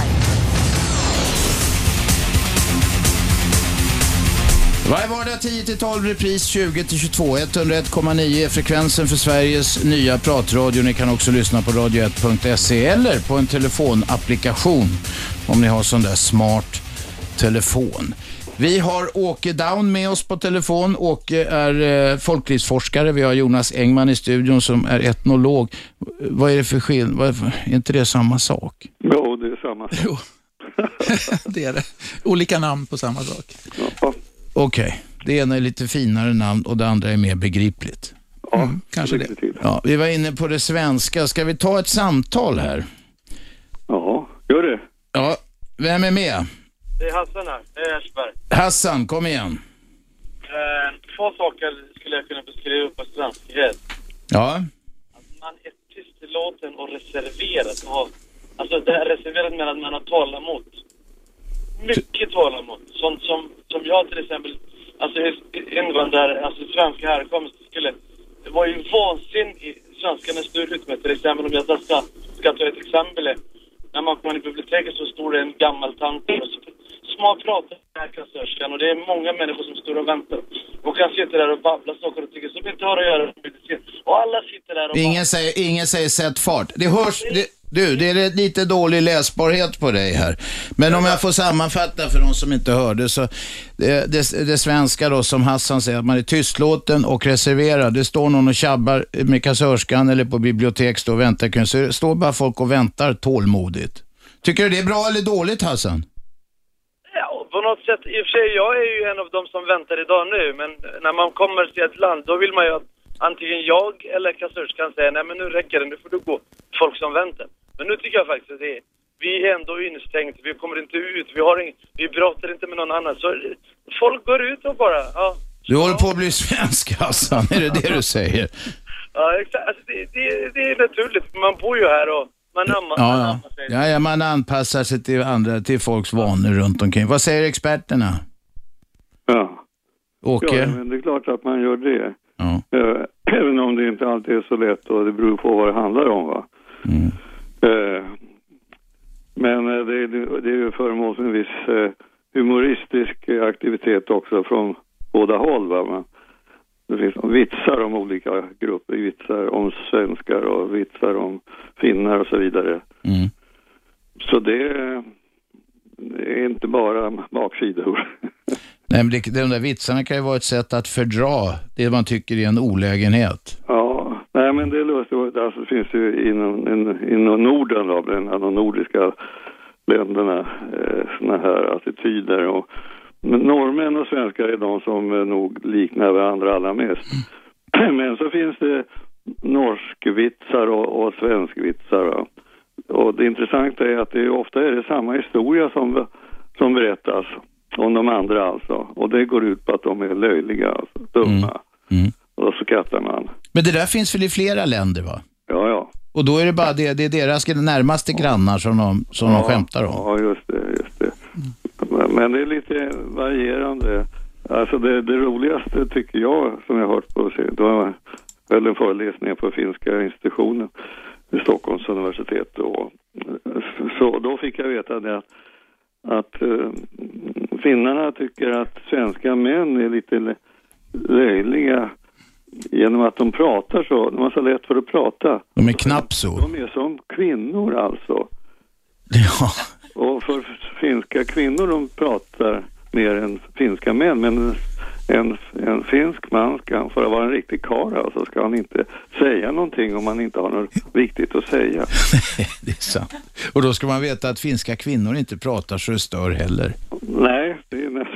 Varje vardag 10-12, repris 20-22, 101,9 är frekvensen för Sveriges nya pratradio. Ni kan också lyssna på radio1.se eller på en telefonapplikation om ni har sån där smart telefon. Vi har Åke Down med oss på telefon. Åke är folklivsforskare. Vi har Jonas Engman i studion som är etnolog. Vad är det för skillnad? Är inte det samma sak? Jo, det är samma sak. Jo. Det är det. Olika namn på samma sak. Ja. Okej. Det ena är lite finare namn och det andra är mer begripligt. Ja, kanske det. Ja, vi var inne på det svenska. Ska vi ta ett samtal här? Ja, gör det. Ja, vem är med? Det är Hassan här, det är Aschberg. Hassan, kom igen. Två saker skulle jag kunna beskriva på svenskhet. Ja. Att man är tystlåten och reserverad. Alltså det här reserverat med att man har tålamod. Mycket tålamod. Sånt som jag till exempel, alltså invandrare, alltså svenska härkomst det var ju vansin i svenskarna stod ut med, till exempel om jag ska ta ett exempel. När man kommer i biblioteket så står det en gammal tant och så småpratar med kassörskan, och det är många människor som står och väntar och kan sitta där och babbla saker och ting som inte har att göra med medicin. Och alla sitter där och Ingen säger sätt fart. Det hörs... det är lite dålig läsbarhet på dig här. Men om jag får sammanfatta för de som inte hörde, så det svenska då, som Hassan säger, att man är tystlåten och reserverad. Det står någon och tjabbar med kassörskan eller på bibliotek och väntar. Så det står bara folk och väntar tålmodigt. Tycker du det är bra eller dåligt, Hassan? Ja, på något sätt. I och för sig, jag är ju en av dem som väntar idag nu. Men när man kommer till ett land, då vill man ju att antingen jag eller kassörskan säga nej men nu räcker det, nu får du gå. Folk som väntar. Men nu tycker jag faktiskt att vi är ändå instängt, vi kommer inte ut, vi pratar inte med någon annan. Så folk går ut och bara, ja. Du håller på att bli svensk, Hassan, är det du säger? Ja, exakt. Alltså, det är naturligt, man bor ju här och man anpassar sig. Ja, man anpassar sig till folks vanor runt omkring. Vad säger experterna? Ja. Åke? Ja, men det är klart att man gör det. Ja. Även om det inte alltid är så lätt och det beror på vad det handlar om, va? Mm. Men det är ju föremål för en viss humoristisk aktivitet också från båda håll, va? Men det finns vitsar om olika grupper, vitsar om svenskar och vitsar om finnar och så vidare. Mm. Så det är inte bara baksidor. Nej, men de där vitsarna kan ju vara ett sätt att fördra det man tycker är en olägenhet. Ja, nej men det är lustigt. Alltså, det finns ju inom Norden då, bland de nordiska länderna såna här attityder. Och norrmän och svenskar är de som nog liknar varandra allra mest. Men så finns det norskvitsar och svenskvitsar. Va? Och det intressanta är att det ofta är det samma historia som berättas om de andra alltså. Och det går ut på att de är löjliga, alltså, dumma. Mm. Och så skrattar man. Men det där finns väl i flera länder, va? Ja. Och då är det bara det är deras närmaste grannar som de skämtar om. Ja, just det. Men det är lite varierande. Alltså det roligaste tycker jag, som jag har hört på, då höll en föreläsning på Finska institutionen vid Stockholms universitet. Och, så då fick jag veta det att finnarna tycker att svenska män är lite löjliga genom att de pratar så. De har så lätt för att prata. De är knappt så. De är som kvinnor alltså. Ja. Och för finska kvinnor, de pratar mer än finska män. Men en finsk man ska, för att vara en riktig karl, alltså, ska han inte säga någonting om man inte har något viktigt att säga. Det är sant. Och då ska man veta att finska kvinnor inte pratar så det stör heller. Nej, det är nästan så.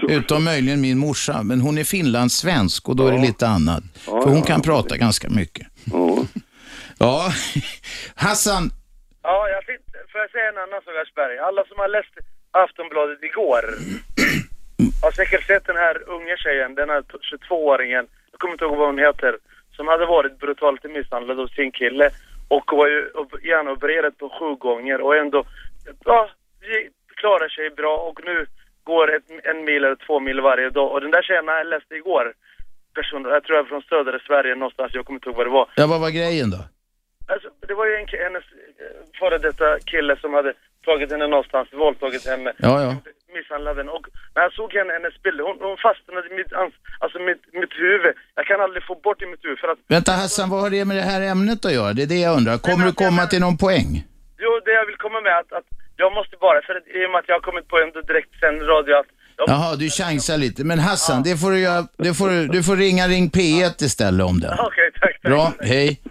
Utom möjligen min morsa, men hon är finlandssvensk och då är det lite annat. För hon kan prata ganska mycket. Ja, Hassan. Ja, får jag säga en annan sak, Aschberg? Alla som har läst Aftonbladet igår har säkert sett den här unga tjejen, den här 22-åringen, jag kommer inte ihåg vad hon heter, som hade varit brutalt misshandlad av sin kille och var ju gärna opererad på 7 gånger och ändå klarar sig bra och nu går 1 mil eller 2 mil varje dag. Och den där tjejen jag läste igår, jag tror jag från södra Sverige någonstans, jag kommer inte ihåg vad det var. Ja, vad var grejen då? Alltså, det var ju hennes före detta kille som hade tagit henne någonstans, våldtagit henne, misshandlade henne. Och när jag såg hennes bild, hon fastnade i mitt huvud. Jag kan aldrig få bort i mitt huvud. För att... Vänta Hassan, vad har det med det här ämnet att göra? Det är det jag undrar. Kommer du komma till någon poäng? Jo, det jag vill komma med att jag måste bara, för i och med att jag har kommit på en direkt sänd radio att... Jaha, du chansar lite. Men Hassan, det får du göra, du får ringa Ring P1 istället om det. Okej, tack. Bra, hej.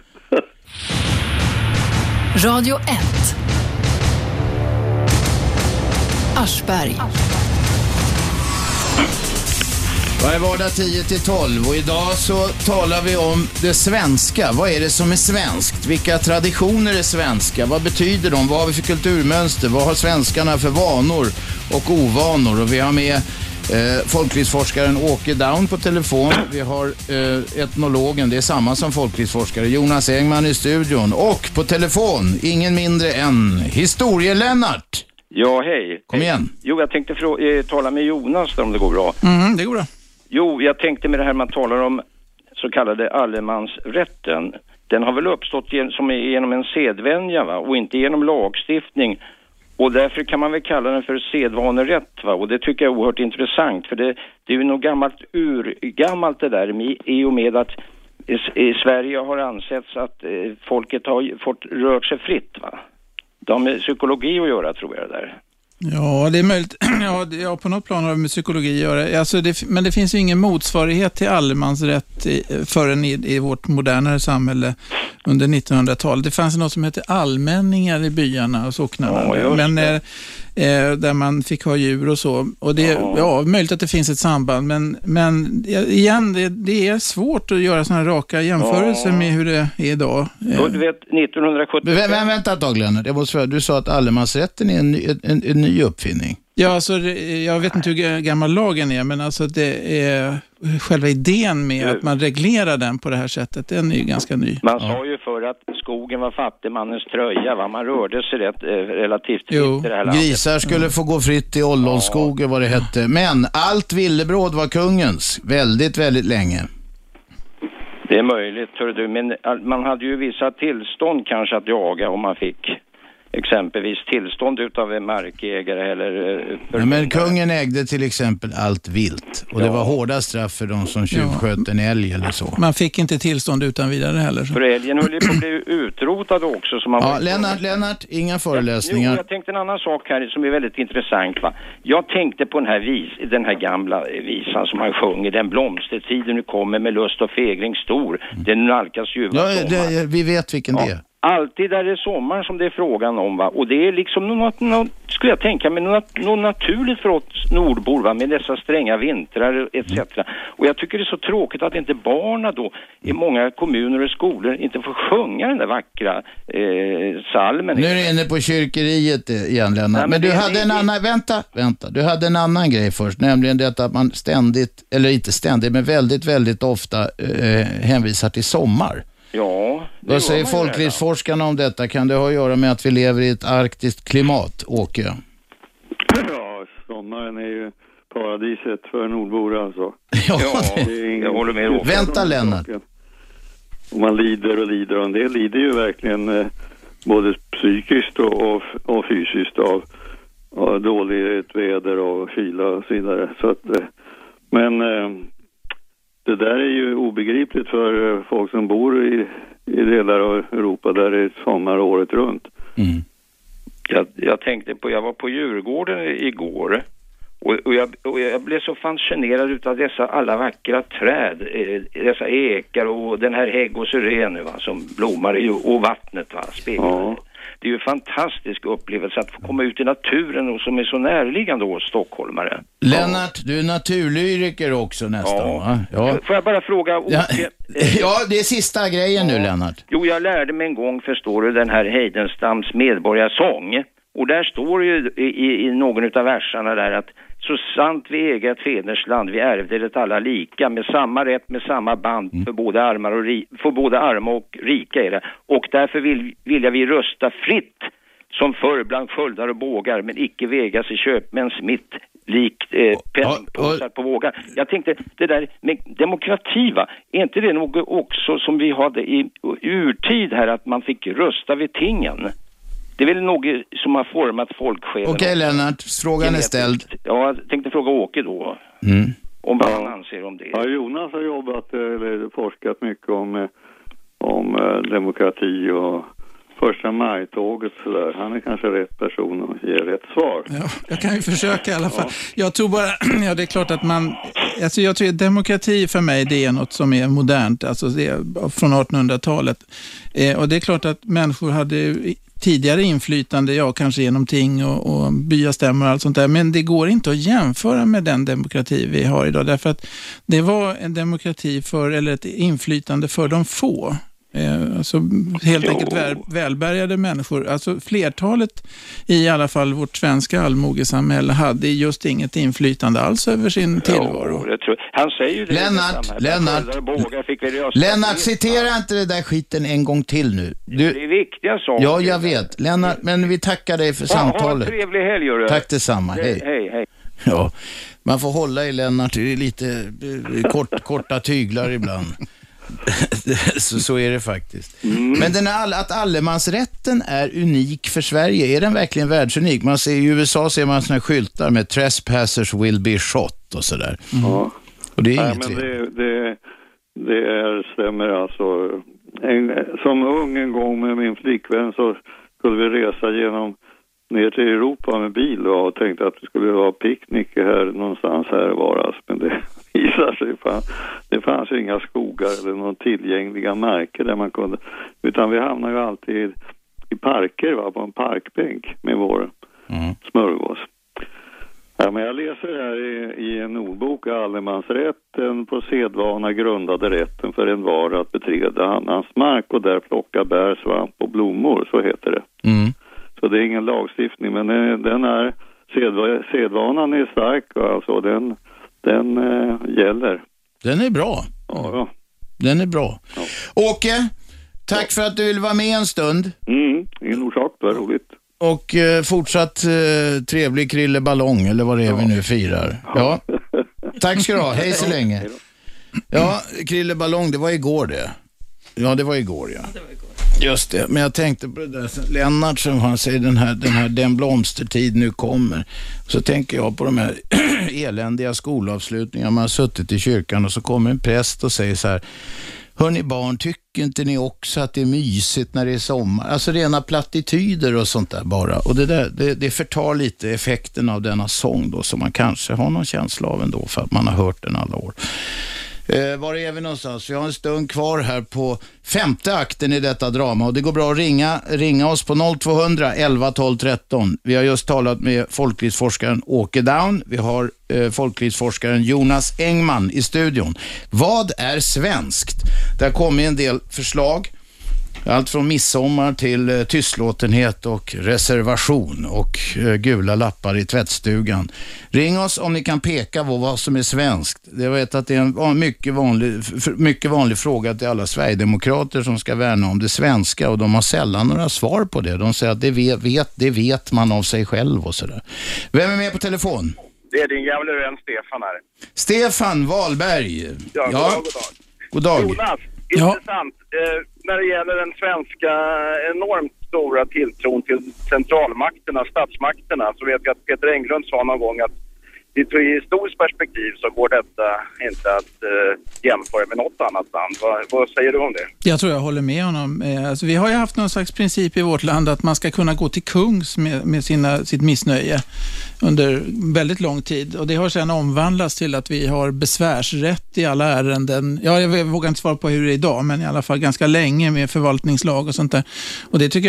Radio 1. Aschberg. Varje vardag 10-12 och idag så talar vi om det svenska. Vad är det som är svenskt? Vilka traditioner är svenska? Vad betyder de? Vad har vi för kulturmönster? Vad har svenskarna för vanor och ovanor? Och vi har med folklivsforskaren Åke Down på telefon. Vi har etnologen, det är samma som folklivsforskare, Jonas Engman i studion. Och på telefon, ingen mindre än Historie-Lennart. Ja, hej. Kom igen. Jo, jag tänkte tala med Jonas om det går bra. Det går bra. Jo, jag tänkte med det här man talar om så kallade allemansrätten. Den har väl uppstått genom en sedvänja, va? Och inte genom lagstiftning. Och därför kan man väl kalla den för sedvanerätt, va? Och det tycker jag är oerhört intressant. För det är ju något urgammalt det där i och med att i Sverige har ansetts att folket har fått rört sig fritt, va? Det har med psykologi att göra, tror jag, det där. Ja, det är möjligt. Ja, på något plan har det med psykologi att göra. Alltså men det finns ju ingen motsvarighet till allemansrätt förrän i vårt modernare samhälle under 1900-talet. Det fanns något som hette allmänningar i byarna och socknarna. Men där man fick ha djur och så. Och det är möjligt att det finns ett samband. Men igen, det är svårt att göra sådana raka jämförelser med hur det är idag. Du vet, 1975... Vänta ett tag, Lennart. Du sa att allemansrätten är en ny uppfinning. Ja, alltså, jag vet inte hur gammal lagen är, men alltså det är själva idén med att man reglerar den på det här sättet, den är ju ganska ny. Man sa ju för att skogen var fattigmannens tröja, va? Man rörde sig relativt fritt i det här landet. Grisar skulle få gå fritt i ollonskog vad det hette. Men allt villebråd var kungens väldigt, väldigt länge. Det är möjligt, hör du, men man hade ju vissa tillstånd kanske att jaga om man fick exempelvis tillstånd utav en markägare eller... Men kungen ägde till exempel allt vilt och det var hårda straff för de som tjuvsköt en älg eller så. Man fick inte tillstånd utan vidare heller. Så. För älgen höll ju på att bli utrotad också. Så man Lennart, inga föreläsningar. Jag tänkte en annan sak här som är väldigt intressant, va? Jag tänkte på den här gamla visan som man sjunger, den blomstertiden nu kommer med lust och fegring stor, den nalkas ju. Vi vet vilken det är. Alltid är det sommar som det är frågan om, va? Och det är liksom något skulle jag tänka mig, något naturligt för oss nordbor, va? Med dessa stränga vintrar etc. Och jag tycker det är så tråkigt att inte barna då i många kommuner och skolor inte får sjunga den där vackra salmen. Nu är du inne på kyrkeriet igen, Lennart. Nej, men du hade en annan, vänta. Du hade en annan grej först, nämligen det att man ständigt, eller inte ständigt, men väldigt, väldigt ofta hänvisar till sommar. Ja. Vad säger folklivsforskarna om detta? Kan det ha att göra med att vi lever i ett arktiskt klimat, Åke? Ja, sommaren är ju paradiset för nordbor alltså. Ja, jag håller med. Vänta, Lennart. Och man lider och en del lider ju verkligen både psykiskt och fysiskt av dåligt väder och kyla och så vidare. Så att, men det där är ju obegripligt för folk som bor i delar av Europa där det är sommar året runt. Mm. Jag tänkte på, jag var på Djurgården igår och jag blev så fascinerad utav dessa alla vackra träd, dessa ekar och den här hägg och syren, va, som blommar och vattnet, va, speglar. Ja. Det är ju en fantastisk upplevelse att få komma ut i naturen och som är så närliggande hos stockholmare. Lennart, du är naturlyriker också nästan, va? Ja. Får jag bara fråga... Ja, det är sista grejen nu, Lennart. Jo, jag lärde mig en gång, förstår du, den här Heidenstams medborgarsång. Och där står ju i någon av versarna där att så sant vi eget federsland, vi ärvde det alla lika, med samma rätt, med samma band för både arma och rika är det. Och därför vilja vi rösta fritt som förr bland sköldar och bågar, men icke vägas i köpmäns mitt likt penningpåsar på vågar. Jag tänkte, det där med demokrati, va? Är inte det något också som vi hade i urtid här, att man fick rösta vid tingen? Det är väl något som har format folksjälen. Okej, Lennart, frågan är ställd. Ja, jag tänkte fråga Åke då. Om vad han anser om det. Ja, Jonas har jobbat eller forskat mycket om demokrati och första majtåget sådär. Han är kanske rätt person att ge rätt svar. Ja, jag kan ju försöka i alla fall. Jag tror bara, ja, det är klart att jag tror att demokrati för mig, det är något som är modernt, alltså det är från 1800-talet. Och det är klart att människor hade tidigare inflytande, ja, kanske genom ting och byastämmor och allt sånt där, men det går inte att jämföra med den demokrati vi har idag, därför att det var en demokrati eller ett inflytande för de få. Alltså helt enkelt välbärgade människor. Alltså flertalet i alla fall vårt svenska allmogesamhälle hade just inget inflytande alls över sin tillvaro. Han säger ju det. Lennart, citera inte det där skiten en gång till nu. Det är viktiga saker. Ja, jag vet. Lennart, men vi tackar dig för samtalet. Ha en trevlig helg, gör du. Tack detsamma. Hej. Ja, man får hålla i Lennart. Det är lite korta tyglar ibland. så är det faktiskt. Men att allemansrätten är unik för Sverige, är den verkligen världsunik? Man ser i USA ser man såna skyltar med trespassers will be shot och sådär. Ja. Och det är nej, inget. Men det stämmer alltså. Som ung en gång med min flickvän så skulle vi resa ner till Europa med bil och tänkte att det skulle vara picknick här någonstans här varas, men det visar sig det fanns ju inga skogar eller någon tillgängliga marker där man kunde, utan vi hamnar ju alltid i parker, va, på en parkbänk med vår smörgås. Ja, men jag läser här i en ordbok allemansrätten på sedvana grundade rätten för en var att beträda annans mark och där plocka bär, svamp och blommor, så heter det. Så det är ingen lagstiftning, men den är sedvanan är stark, alltså den gäller. Den är bra. Ja. Den är bra. Ja. Åke, tack för att du vill vara med en stund. Ingen orsak, det var roligt. Och fortsatt trevlig krilleballong, eller vad det är vi nu firar. Ja. Tack ska du ha, hej så länge. Ja, krilleballong, det var igår det. Ja, det var igår, ja. Just det, men jag tänkte på det där Lennart som han säger den blomstertid nu kommer. Så tänker jag på de här eländiga skolavslutningarna. Man har suttit i kyrkan och så kommer en präst och säger så här: hörni barn, tycker inte ni också att det är mysigt när det är sommar? Alltså rena plattityder och sånt där bara. Och det förtar lite effekten av denna sång då, som man kanske har någon känsla av ändå för att man har hört den alla år. Var är vi någonstans? Vi har en stund kvar här på femte akten i detta drama och det går bra att ringa oss på 0200 11 12 13. Vi har just talat med folklivsforskaren Åke Down. Vi har folklivsforskaren Jonas Engman i studion. Vad är svenskt? Där kommer en del förslag. Allt från midsommar till tystlåtenhet och reservation och gula lappar i tvättstugan. Ring oss om ni kan peka på vad som är svenskt. Jag vet att det är en mycket vanlig fråga till alla Sverigedemokrater som ska värna om det svenska och de har sällan några svar på det. De säger att det vet man av sig själv och sådär. Vem är med på telefon? Det är din gamla vän Stefan här. Stefan Wahlberg. Ja. God dag. Jonas, intressant. När det gäller den svenska enormt stora tilltron till centralmakterna, statsmakterna, så vet jag att Peter Englund sa någon gång att i historiskt perspektiv så går detta inte att jämföra med något annat land. Vad säger du om det? Jag tror jag håller med honom. Alltså, vi har ju haft någon slags princip i vårt land att man ska kunna gå till kungs med sitt missnöje under väldigt lång tid. Och det har sedan omvandlats till att vi har besvärsrätt i alla ärenden. Ja, jag vågar inte svara på hur det är idag, men i alla fall ganska länge med förvaltningslag och sånt där. Och det tycker jag är en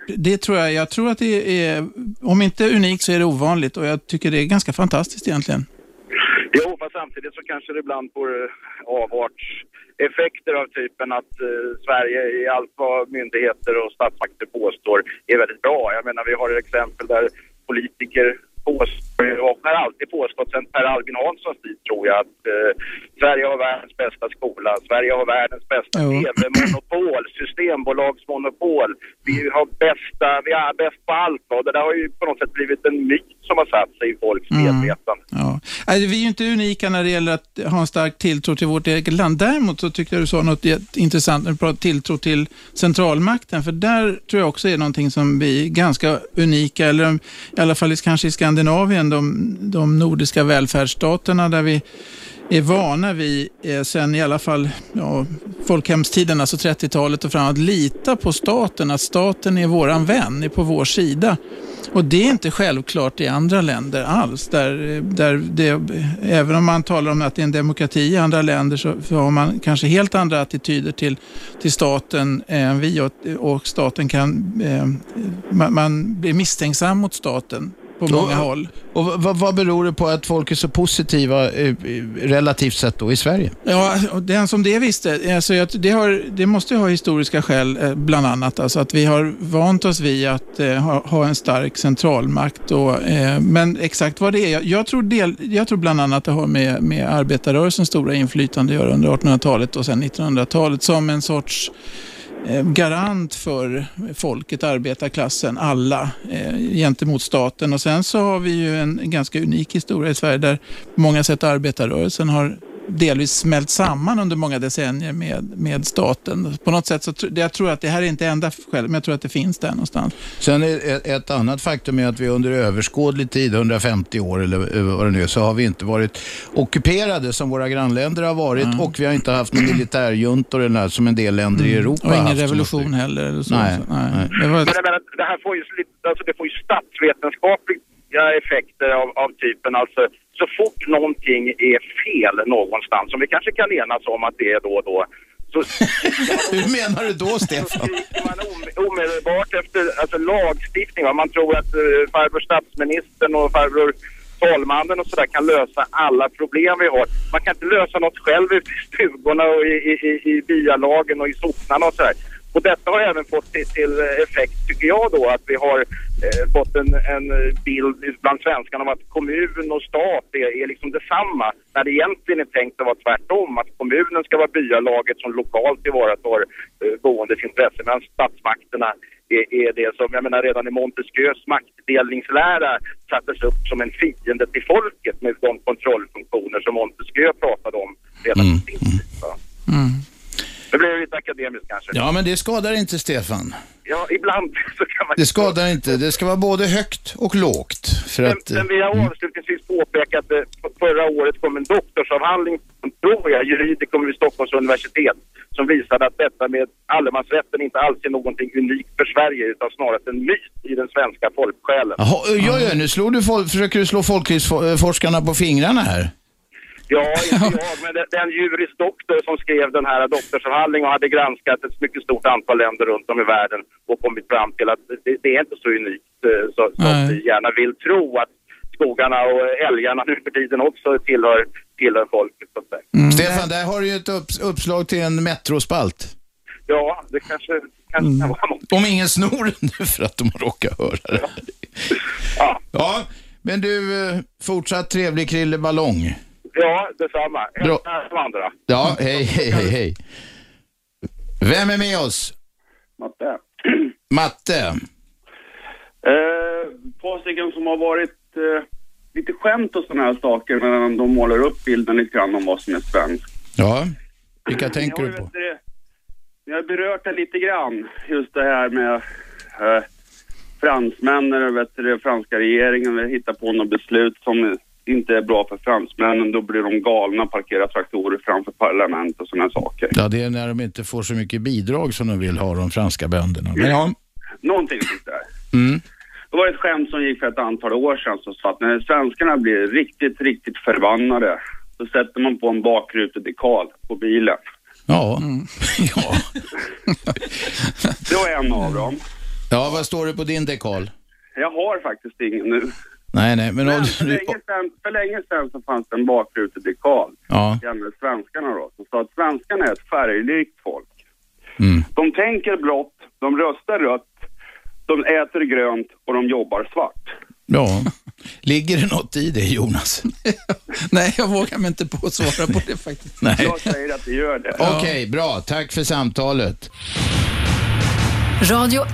det tror jag tror att det är, om inte unikt så är det ovanligt, och jag tycker det är ganska fantastiskt egentligen. Jo, fast samtidigt så kanske det ibland får avartseffekter av typen att Sverige i allt vad myndigheter och statsmakter påstår är väldigt bra. Jag menar, vi har ett exempel där politiker påstår, och har alltid påstått sedan Per Albin Hanssons tid, tror jag, att Sverige har världens bästa skola, Sverige har världens bästa tv-monopol, systembolagsmonopol, vi är bäst på allt, och det där har ju på något sätt blivit en myt som har satt sig i folks medvetande. Ja. Alltså, vi är ju inte unika när det gäller att ha en stark tilltro till vårt eget land. Däremot så tycker jag du sa något intressant när du pratar tilltro till centralmakten, för där tror jag också är någonting som vi är ganska unika, eller i alla fall kanske i Skandinavien, de nordiska välfärdsstaterna, där vi är vana vid sen i alla fall folkhemstiden, alltså 30-talet och framåt, lita på staten, att staten är våran vän, är på vår sida. Och det är inte självklart i andra länder alls. Där det, även om man talar om att det är en demokrati i andra länder, så har man kanske helt andra attityder till staten än vi, och staten kan man blir misstänksam mot staten på många håll. Och vad beror det på att folk är så positiva relativt sett då i Sverige? Ja, den som det visste, alltså det måste ha historiska skäl bland annat. Alltså att vi har vant oss vid att ha en stark centralmakt. Men exakt vad det är, jag tror bland annat det har med arbetarrörelsens stora inflytande att göra under 1800-talet och sen 1900-talet som en sorts garant för folket, arbetarklassen, alla gentemot staten. Och sen så har vi ju en ganska unik historia i Sverige där på många sätt arbetarrörelsen har delvis smält samman under många decennier med staten. På något sätt så jag tror att det här är inte enda skäl, men jag tror att det finns där någonstans. Sen är ett annat faktum är att vi under överskådlig tid, 150 år eller vad det nu är, så har vi inte varit ockuperade som våra grannländer har varit, och vi har inte haft någon militärjuntor eller något som en del länder i Europa. Och ingen revolution heller. Eller så. Nej. Men det här får ju, alltså det får ju statsvetenskapliga effekter av typen, alltså så fort någonting är fel någonstans, som vi kanske kan enas om att det är då så hur menar du då, Stefan? Så man omedelbart efter lagstiftning, man tror att farbror statsministern och farbror talmannen och sådär kan lösa alla problem vi har. Man kan inte lösa något själv ute i stugorna och i byalagen och i socknarna och sådär. Och detta har även fått till effekt, tycker jag då, att vi har fått en bild bland svenskarna om att kommun och stat är liksom detsamma. När det egentligen är tänkt att vara tvärtom, att kommunen ska vara byalaget som lokalt tillvaratar boendes intresse, medan statsmakterna är det som, jag menar, redan i Montesquieus maktdelningslära sattes upp som en fiende till folket med de kontrollfunktioner som Montesquieu pratade om redan i sin tid. Det blir lite akademiskt kanske. Ja, men det skadar inte, Stefan. Ja, ibland så kan man... Det skadar inte. Det ska vara både högt och lågt. Sen vill jag avslutningsvis påpeka att förra året kom en doktorsavhandling, tror jag, juridikum vid Stockholms universitet, som visade att detta med allemansrätten inte alls är någonting unikt för Sverige, utan snarare en myt i den svenska folksjälen. Jaha, nu försöker du slå folklivsforskarna på fingrarna här. Ja, inte jag, men den juristdoktor som skrev den här doktorsavhandlingen och hade granskat ett mycket stort antal länder runt om i världen och kommit fram till att det är inte så unikt som vi gärna vill tro, att skogarna och älgarna nu för tiden också tillhör folket. Stefan, där har du ju ett uppslag till en metrospalt. Ja, det kanske kan vara något. Om ingen snor nu för att de råkar höra det. Ja, men du, fortsatt trevlig krilleballong. Ja, detsamma. Andra. Ja, hej. Vem är med oss? Matte. Två stycken som har varit lite skämt och sådana här saker när de målar upp bilden lite grann om vad som är svenskt. Ja, vilka tänker du på? Jag har berört det lite grann, just det här med fransmännen och franska regeringen hittar på något beslut som inte är bra för fransmännen, då blir de galna, parkerar traktorer framför parlament och sådana saker. Ja, det är när de inte får så mycket bidrag som de vill ha, de franska bönderna. Men ja. Någonting sånt där. Det var ett skämt som gick för ett antal år sedan som sa att när svenskarna blir riktigt förbannade, så sätter man på en bakrutedekal på bilen. Ja. Ja. Det var en av dem. Ja, vad står det på din dekal? Jag har faktiskt ingen nu. Nej, men för länge sedan så fanns det en bakrutedekal. Ja. Med svenskarna då. Som sa att svenskarna är ett färgrikt folk. Mm. De tänker blått, de röstar rött, de äter grönt och de jobbar svart. Ja. Ligger det något i det, Jonas? Nej, jag vågar mig inte på att svara på det faktiskt. Nej. Jag säger att det gör det. Okej, bra. Tack för samtalet. Radio 1.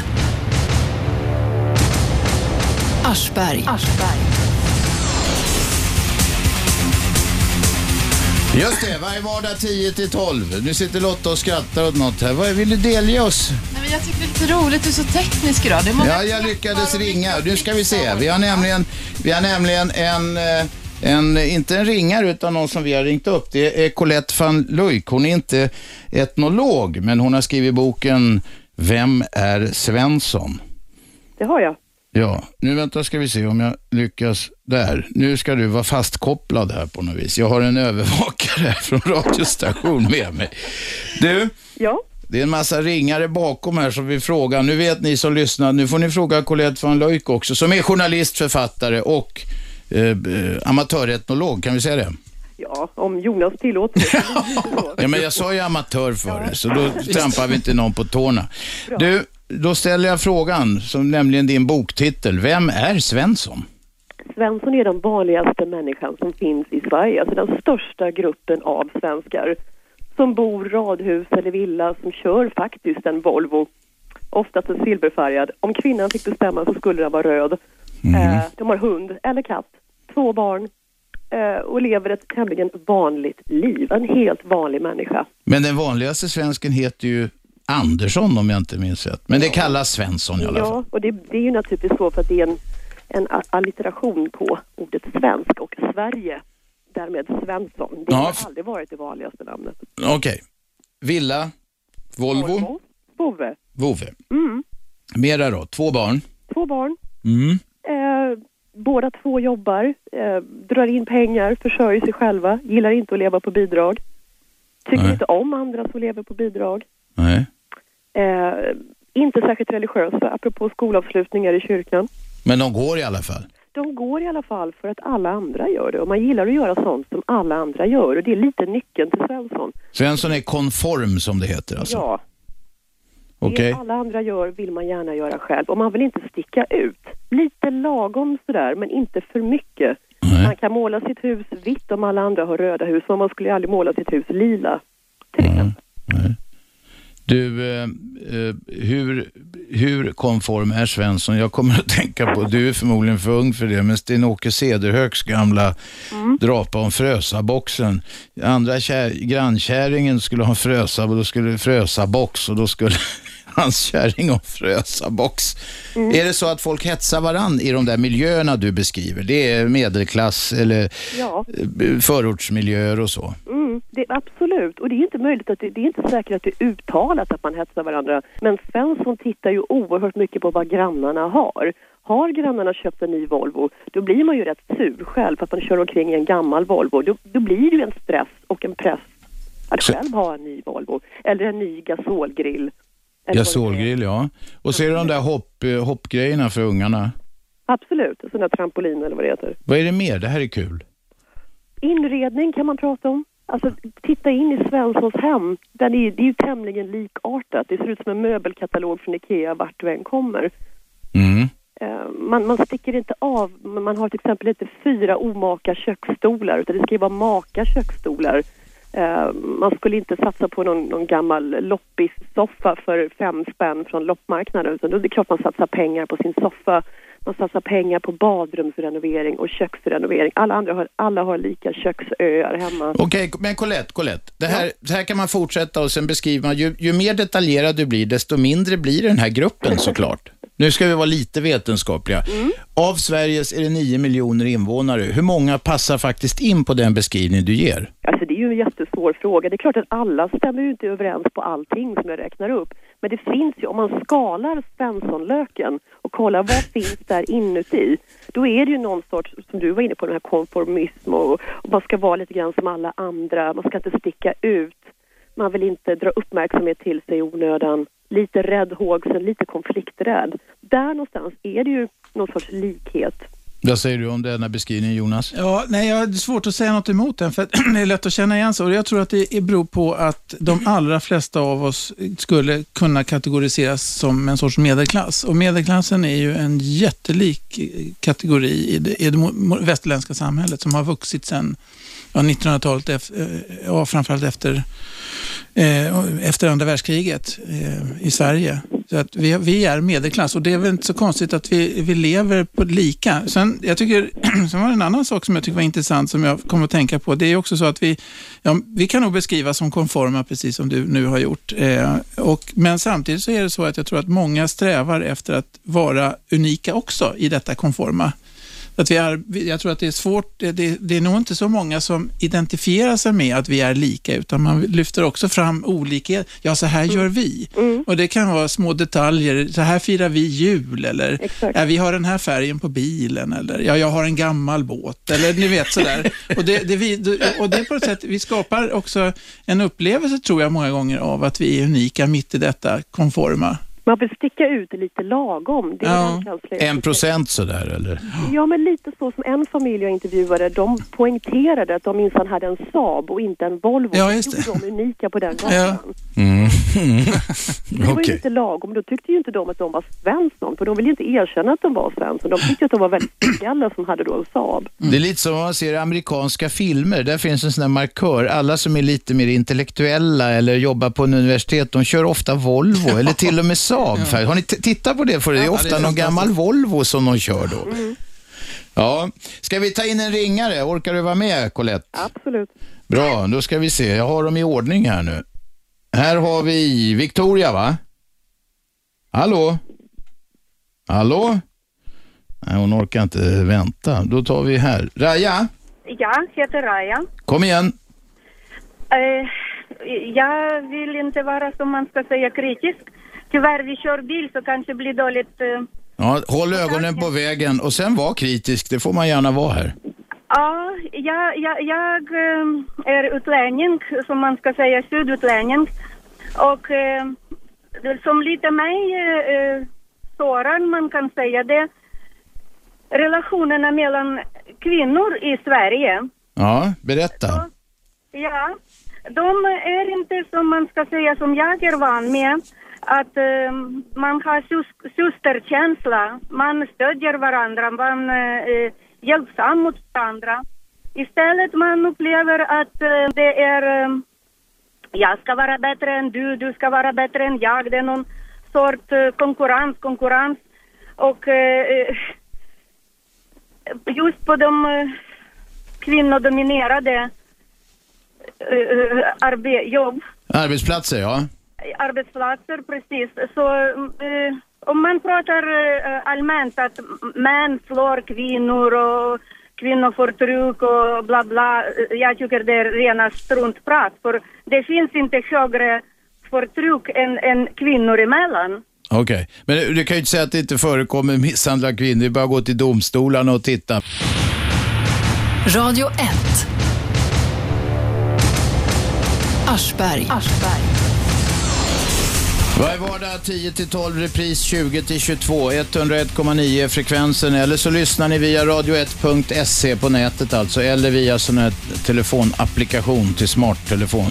Aschberg. Just det, varje vardag 10-12. Nu sitter Lotta och skrattar åt något här. Vad vill du delge oss? Nej, men jag tycker det är lite roligt, du är så teknisk idag. Det är många jag lyckades ringa. Nu ska vi se. Vi har nämligen inte en ringare utan någon som vi har ringt upp. Det är Colette van Luyck. Hon är inte etnolog, men hon har skrivit boken Vem är Svensson? Det har jag. Ja, nu ska vi se om jag lyckas där. Nu ska du vara fastkopplad här på något vis. Jag har en övervakare från radiostation med mig. Du? Ja? Det är en massa ringare bakom här som vi frågar. Nu vet ni som lyssnar, nu får ni fråga Colette van Luyck också, som är journalist, författare och amatöretnolog, kan vi säga det? Ja, om Jonas tillåter det. Ja, men jag sa ju amatör för det, så då trampar vi inte någon på tårna. Bra. Du, då ställer jag frågan, som nämligen din boktitel. Vem är Svensson? Svensson är den vanligaste människan som finns i Sverige. Alltså den största gruppen av svenskar som bor radhus eller villa, som kör faktiskt en Volvo. Oftast en silverfärgad. Om kvinnan fick bestämma så skulle den vara röd. De har hund eller katt, 2 barn och lever ett tämligen vanligt liv. En helt vanlig människa. Men den vanligaste svensken heter ju Andersson, om jag inte minns rätt. Men det kallas Svensson i alla fall. Ja, och det är ju naturligtvis så för att det är en allitteration på ordet svensk och Sverige. Därmed Svensson. Det har aldrig varit det vanligaste namnet. Okej. Villa, Volvo. Vove. Mm. Mera då? 2 barn? 2 barn. Mm. Båda 2 jobbar, drar in pengar, försörjer sig själva, gillar inte att leva på bidrag. Tycker inte om andra som lever på bidrag. Nej. Inte särskilt religiösa, apropå skolavslutningar i kyrkan. Men de går i alla fall? De går i alla fall för att alla andra gör det. Och man gillar att göra sånt som alla andra gör. Och det är lite nyckeln till Svensson. Svensson är konform, som det heter alltså? Ja. Det alla andra gör vill man gärna göra själv. Och man vill inte sticka ut. Lite lagom sådär, men inte för mycket. Nej. Man kan måla sitt hus vitt om alla andra har röda hus. Men man skulle aldrig måla sitt hus lila. Till exempel. Nej. Du, hur konform är Svensson? Jag kommer att tänka på, du är förmodligen för ung för det, men Sten-Åke Cederhögs gamla drapa om frösaboxen. Andra grannkärringen skulle ha en frösabox och då skulle hans kärring ha frösabox. Är det så att folk hetsar varann i de där miljöerna du beskriver? Det är medelklass eller förortsmiljöer och så? Det är absolut. Och det är inte möjligt att det är inte säkert att det är uttalat att man hetsar varandra. Men Svensson tittar ju oerhört mycket på vad grannarna har. Har grannarna köpt en ny Volvo, då blir man ju rätt sur själv för att man kör omkring i en gammal Volvo. Då blir det ju en stress och en press att själv ha en ny Volvo. Eller en ny gasolgrill. Gasolgrill, ja. Och ser du de där hoppgrejerna för ungarna? Absolut, sådana trampolin eller vad det heter. Vad är det mer? Det här är kul. Inredning kan man prata om. Alltså, titta in i Svenssons hem. Det är ju tämligen likartat. Det ser ut som en möbelkatalog från Ikea vart du än kommer. Man sticker inte av. Man har till exempel inte 4 omaka köksstolar, utan det ska ju vara maka köksstolar. Man skulle inte satsa på någon gammal loppis-soffa för 5 spänn från loppmarknaden. Utan då är det klart man satsar pengar på sin soffa. Man satsar pengar på badrumsrenovering och köksrenovering. Alla har lika köksöar hemma. Okej, men Colette, det här kan man fortsätta och sen beskriva. Ju mer detaljerad du blir, desto mindre blir den här gruppen såklart. Nu ska vi vara lite vetenskapliga. Av Sveriges är det 9 miljoner invånare. Hur många passar faktiskt in på den beskrivning du ger? Alltså det är ju en jättesvår fråga. Det är klart att alla stämmer ju inte överens på allting som jag räknar upp. Men det finns ju, om man skalar Svenssonlöken och kollar vad finns där inuti, då är det ju någon sorts, som du var inne på, den här konformism och man ska vara lite grann som alla andra. Man ska inte sticka ut. Man vill inte dra uppmärksamhet till sig i onödan. Lite räddhågsen, lite konflikträdd. Där någonstans är det ju någon sorts likhet. Vad säger du om denna beskrivning, Jonas? Ja, nej, jag har svårt att säga något emot den, för att det är lätt att känna igen sig. Och jag tror att det beror på att de allra flesta av oss skulle kunna kategoriseras som en sorts medelklass. Och medelklassen är ju en jättelik kategori i det västerländska samhället som har vuxit sedan 1900-talet, framförallt efter andra världskriget i Sverige. Så att vi är medelklass, och det är väl inte så konstigt att vi lever på lika. Sen var det en annan sak som jag tycker var intressant som jag kommer att tänka på. Det är också så att vi kan nog beskriva som konforma, precis som du nu har gjort. Men samtidigt så är det så att jag tror att många strävar efter att vara unika också i detta konforma. Jag tror att det är svårt, det är nog inte så många som identifierar sig med att vi är lika, utan man lyfter också fram olika, ja så här gör vi. Och det kan vara små detaljer, så här firar vi jul, eller ja, vi har den här färgen på bilen, eller ja, jag har en gammal båt, eller ni vet sådär. Och det är på ett sätt, vi skapar också en upplevelse, tror jag, många gånger av att vi är unika mitt i detta konforma. Man vill sticka ut lite lagom. Det är 1% sådär, eller? Ja, men lite så som en familj jag intervjuade. De poängterade att de minsann hade en Saab och inte en Volvo. Ja, just det. De är unika på den gatan. Ja. Det var ju lite lagom. Då tyckte ju inte de att de var Svensson. För de ville ju inte erkänna att de var Svensson. De tyckte att de var väldigt speciella som hade då en Saab. Det är lite som man ser i amerikanska filmer. Där finns en sån där markör. Alla som är lite mer intellektuella eller jobbar på en universitet, de kör ofta Volvo eller till och med Saab. Ja. Har ni tittat på det? För det är ofta någon gammal Volvo som de kör då. Ja, ska vi ta in en ringare? Orkar du vara med, Colette? Absolut. Bra, då ska vi se. Jag har dem i ordning här nu. Här har vi Victoria, va? Hallå? Hallå? Nej, hon orkar inte vänta. Då tar vi här. Raja? Ja, heter Raja. Kom igen. Jag vill inte vara, som man ska säga, kritisk. Tyvärr, vi kör bil så kanske blir dåligt. Ja, håll ögonen på vägen och sen var kritisk. Det får man gärna vara här. Ja, jag är utlänning, som man ska säga, sydutlänning. Och som lite mig sårar, man kan säga det, relationerna mellan kvinnor i Sverige. Ja, berätta. Så, ja, de är inte, som man ska säga, som jag är van med. Att man har systerkänsla, man stödjer varandra, man hjälps an mot varandra. Istället man upplever att det är jag ska vara bättre än du ska vara bättre än jag. Det är någon sort konkurrens. Och just på de kvinnodominerade jobb. Arbetsplatser, ja. Arbetsplatser, precis. Så om man pratar allmänt att män slår kvinnor och kvinnoförtryck och bla bla, jag tycker det är rena struntprat, för det finns inte högre förtryck än kvinnor emellan. Okej, men du kan ju inte säga att det inte förekommer misshandla kvinnor, det är bara att gå till domstolarna och titta. Radio 1. Aschberg. Varje vardag 10-12, repris 20-22, 101,9 frekvensen, eller så lyssnar ni via radio1.se på nätet alltså, eller via sån här telefonapplikation till smarttelefon.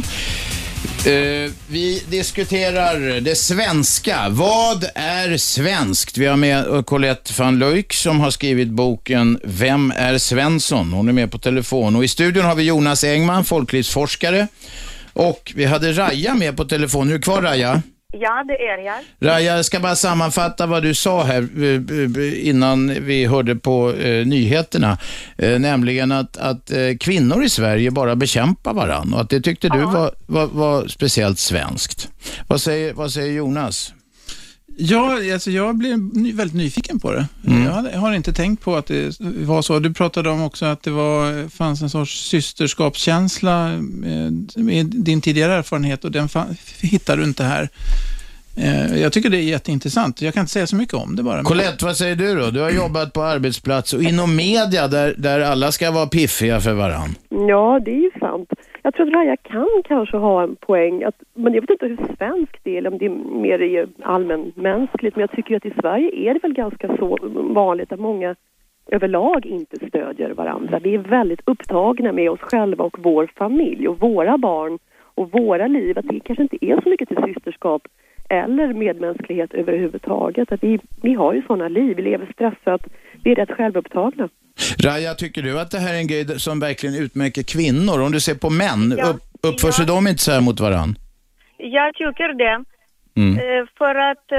Vi diskuterar det svenska. Vad är svenskt? Vi har med Colette van Luyck som har skrivit boken Vem är Svensson? Hon är med på telefon. Och i studion har vi Jonas Engman, folklivsforskare. Och vi hade Raja med på telefon. Är du kvar, Raja? Ja, det är jag. Raja, jag ska bara sammanfatta vad du sa här innan vi hörde på nyheterna. Nämligen att kvinnor i Sverige bara bekämpar varann. Och att det tyckte du var speciellt svenskt. Vad säger Jonas? Ja, alltså jag blev väldigt nyfiken på det. Jag har inte tänkt på att det var så. Du pratade om också att det fanns en sorts systerskapskänsla med din tidigare erfarenhet, och den hittar du inte här. Jag tycker det är jätteintressant. Jag kan inte säga så mycket om det bara. Colette, vad säger du då? Du har jobbat på arbetsplats och inom media där alla ska vara piffiga för varann. Ja, det är ju sant. Jag tror att Raja kan kanske ha en poäng. Men jag vet inte hur svenskt det är, eller om det är mer allmänmänskligt. Men jag tycker att i Sverige är det väl ganska så vanligt att många överlag inte stödjer varandra. Vi är väldigt upptagna med oss själva och vår familj och våra barn och våra liv. Att det kanske inte är så mycket till systerskap eller medmänsklighet överhuvudtaget. Att vi har ju sådana liv, vi lever stressat, vi är rätt självupptagna. Raja, tycker du att det här är en grej som verkligen utmärker kvinnor? Om du ser på män, uppför sig de inte så här mot varann? Jag tycker det. För att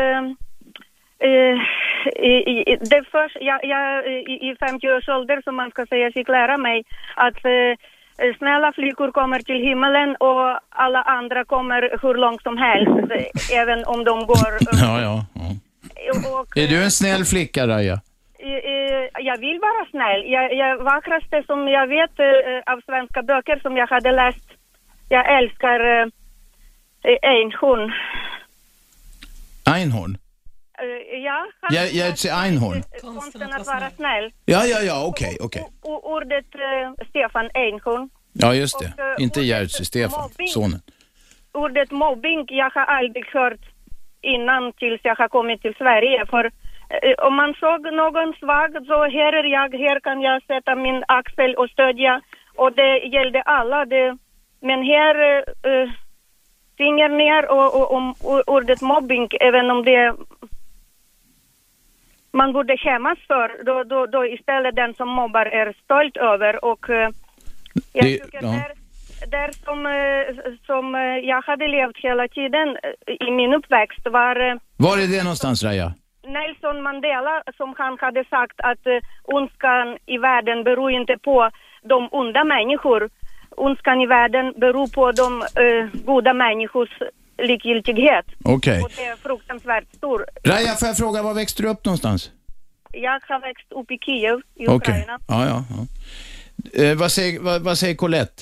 det först, jag i 50 års ålder, som man ska säga, fick lära mig att snälla flickor kommer till himmelen och alla andra kommer hur långt som helst, även om de går... Ja. Och, är du en snäll flicka, Raja? Jag vill vara snäll. Jag vackraste som jag vet av svenska böcker som jag hade läst. Jag älskar Einhorn. Einhorn? Ja. Jag säger Einhorn. Konsten att vara snäll. Ja, okej. Ordet Stefan Einhorn. Ja, just det. Inte Jerzy, Stefan, sonen. Ordet mobbing jag har aldrig hört innan tills jag har kommit till Sverige. För om man såg någon svag, så här är jag, här kan jag sätta min axel och stödja. Och det gällde alla. Men här finger ner och ordet mobbing, även om det man borde skämmas för, då istället den som mobbar är stolt över. Och jag tycker där som jag hade levt hela tiden i min uppväxt var är det någonstans, Raja? Nelson Mandela, som han hade sagt att ondskan i världen beror inte på de onda människor. Ondskan i världen beror på de goda människors likgiltighet. Okej. Och det är fruktansvärt stor. Raja, får jag fråga, var växte du upp någonstans? Jag har växt upp i Kiev, i Ukraina. Ja. Vad säger Colette?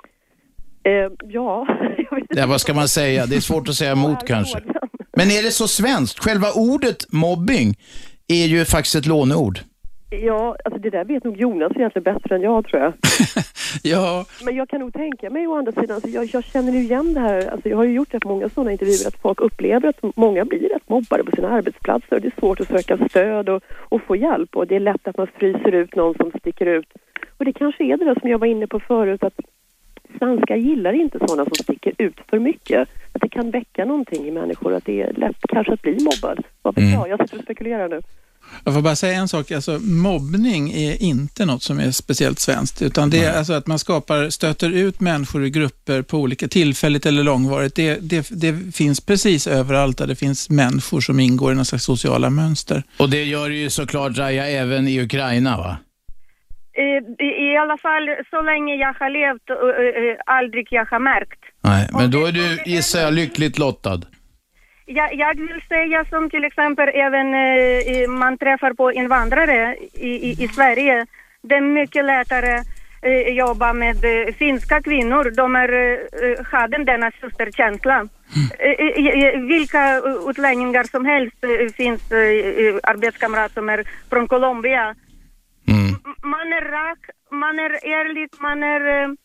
Ja. Vad ska man säga? Det är svårt att säga emot kanske. Men är det så svenskt? Själva ordet mobbing är ju faktiskt ett låneord. Ja, alltså det där vet nog Jonas egentligen bättre än jag, tror jag. Ja. Men jag kan nog tänka mig å andra sidan, alltså jag känner ju igen det här, alltså jag har ju gjort rätt många sådana intervjuer att folk upplever att många blir rätt mobbade på sina arbetsplatser och det är svårt att söka stöd och få hjälp och det är lätt att man fryser ut någon som sticker ut. Och det kanske är det där som jag var inne på förut, att svenskar gillar inte sådana som sticker ut för mycket. Att det kan väcka någonting i människor, att det är lätt kanske att bli mobbad. Vad vet jag sitter och spekulerar nu. Jag får bara säga en sak, alltså mobbning är inte något som är speciellt svenskt, utan det är alltså att man stöter ut människor i grupper på olika tillfälligt eller långvarigt. Det finns precis överallt där det finns människor som ingår i några slags sociala mönster. Och det gör ju såklart, Raja, även i Ukraina, va? I alla fall så länge jag har levt aldrig jag har märkt. Nej, men då är du, gissar jag, lyckligt lottad. Jag vill säga som till exempel även man träffar på invandrare i Sverige. Det är mycket lättare jobba med finska kvinnor. De har denna systerkänsla. Vilka utlänningar som helst finns arbetskamrater som är från Colombia. Man är rak, man är ärlig, man är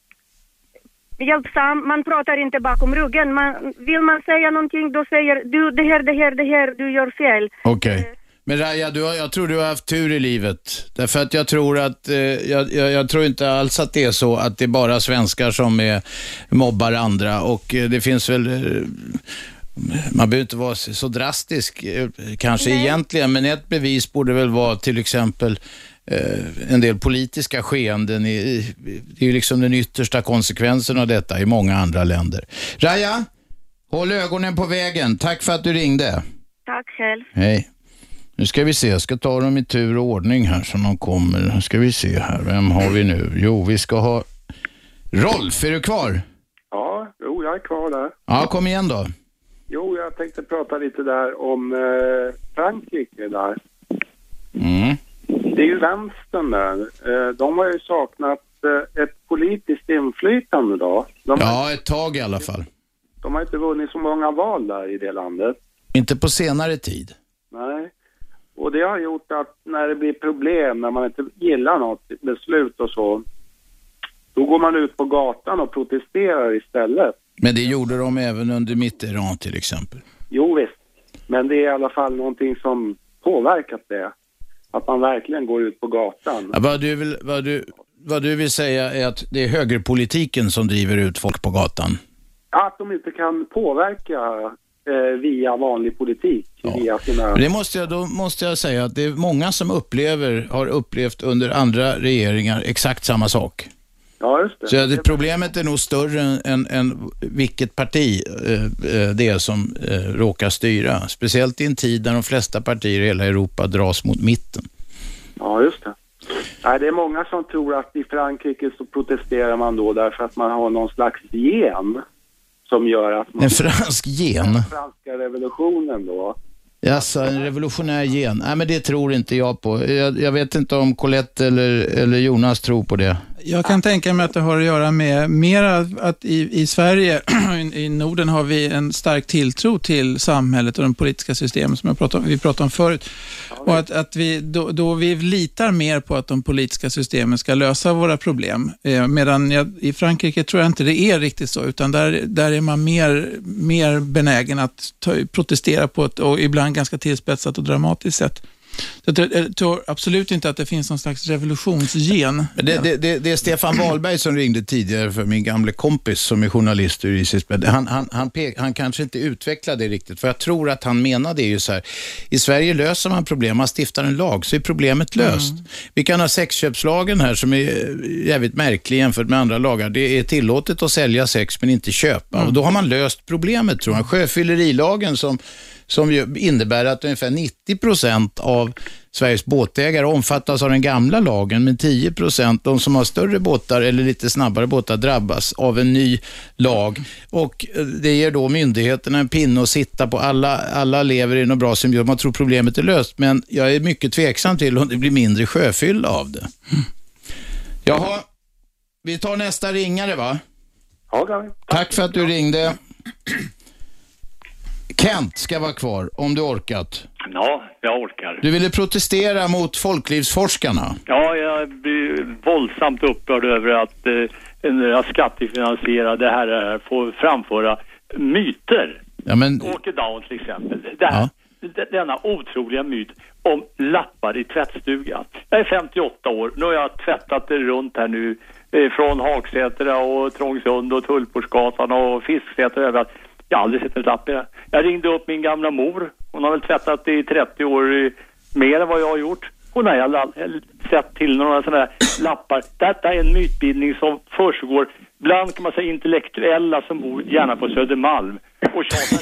hjälpsam, man pratar inte bakom ryggen. Vill man säga någonting, då säger du det här, du gör fel. Okej. Men Raja, jag tror du har haft tur i livet. Därför att jag tror att jag tror inte alls att det är så att det är bara svenskar som mobbar andra. Och det finns väl... Man behöver inte vara så drastisk kanske egentligen, men ett bevis borde väl vara till exempel en del politiska skeenden. Det är ju liksom den yttersta konsekvensen av detta i många andra länder. Raja, håll ögonen på vägen. Tack för att du ringde. Tack själv. Hej. Nu ska vi se, jag ska ta dem i tur och ordning här som de kommer. Nu ska vi se här, vem har vi nu? Jo, vi ska ha Rolf, är du kvar? Ja, jag är kvar där. Ja, kom igen då. Jo, jag tänkte prata lite där om Frankrike där. Det är ju vänstern där. De har ju saknat ett politiskt inflytande då. Ett tag i alla fall. De har inte vunnit så många val där i det landet. Inte på senare tid. Nej. Och det har gjort att när det blir problem, när man inte gillar något beslut och så, Då går man ut på gatan och protesterar istället. Men det gjorde de även under Mitterrand till exempel. Jo visst, men det är i alla fall någonting som påverkat det. Att man verkligen går ut på gatan. Ja, vad du vill säga är att det är högerpolitiken som driver ut folk på gatan? Att de inte kan påverka via vanlig politik. Ja. Via sina... Då måste jag säga att det är många som har upplevt under andra regeringar exakt samma sak. Ja, just det. Så problemet är nog större än vilket parti det är som råkar styra. Speciellt i en tid när de flesta partier i hela Europa dras mot mitten. Ja, just det. Nej, det är många som tror att i Frankrike så protesterar man då därför att man har någon slags gen som gör att man... En fransk gen? Den franska revolutionen då. Jaså, en revolutionär gen. Nej, men det tror inte jag på. Jag vet inte om Colette eller Jonas tror på det. Jag kan tänka mig att det har att göra med mera att i Sverige, i Norden har vi en stark tilltro till samhället och de politiska systemen som vi pratade om förut. Och att vi då vi litar mer på att de politiska systemen ska lösa våra problem. Medan i Frankrike tror jag inte det är riktigt så, utan där är man mer benägen att protestera på ett och ibland ganska tillspetsat och dramatiskt sätt. Jag tror absolut inte att det finns någon slags revolutionsgen. Det är Stefan Wahlberg som ringde tidigare för min gamla kompis som är journalist i Yrkesbädd. Han kanske inte utvecklade det riktigt, för jag tror att han menade det ju så här. I Sverige löser man problem, man stiftar en lag, så är problemet löst. Vi kan ha sexköpslagen här som är jävligt märklig jämfört med andra lagar. Det är tillåtet att sälja sex men inte köpa. Och då har man löst problemet, tror jag. Sjöfyllerilagen som ju innebär att ungefär 90% av Sveriges båtägare omfattas av den gamla lagen, men 10% de som har större båtar eller lite snabbare båtar drabbas av en ny lag. Och det ger då myndigheterna en pinne att sitta på. Alla lever i något bra symbios. Man tror problemet är löst, men jag är mycket tveksam till om det blir mindre sjöfylla av det. Jaha, vi tar nästa ringare, va? Ja, tack för att du ringde. Kent ska vara kvar, om du orkat. Ja, jag orkar. Du ville protestera mot folklivsforskarna. Ja, jag blir våldsamt upprörd över att skattefinansiera det här får framföra myter. Ja, men... Åke Down till exempel. Denna otroliga myt om lappar i tvättstugan. Jag är 58 år. Nu har jag tvättat det runt här nu från Hagsätra och Trångsund och Tullportsgatan och Fisksätra och överallt. Jag har aldrig sett en lapp. Jag ringde upp min gamla mor. Hon har väl tvättat i 30 år mer än vad jag har gjort. Hon har aldrig sett till några sådana här lappar. Detta är en mytbildning som försiggår bland, kan man säga, intellektuella som bor gärna på Södermalm och tjatar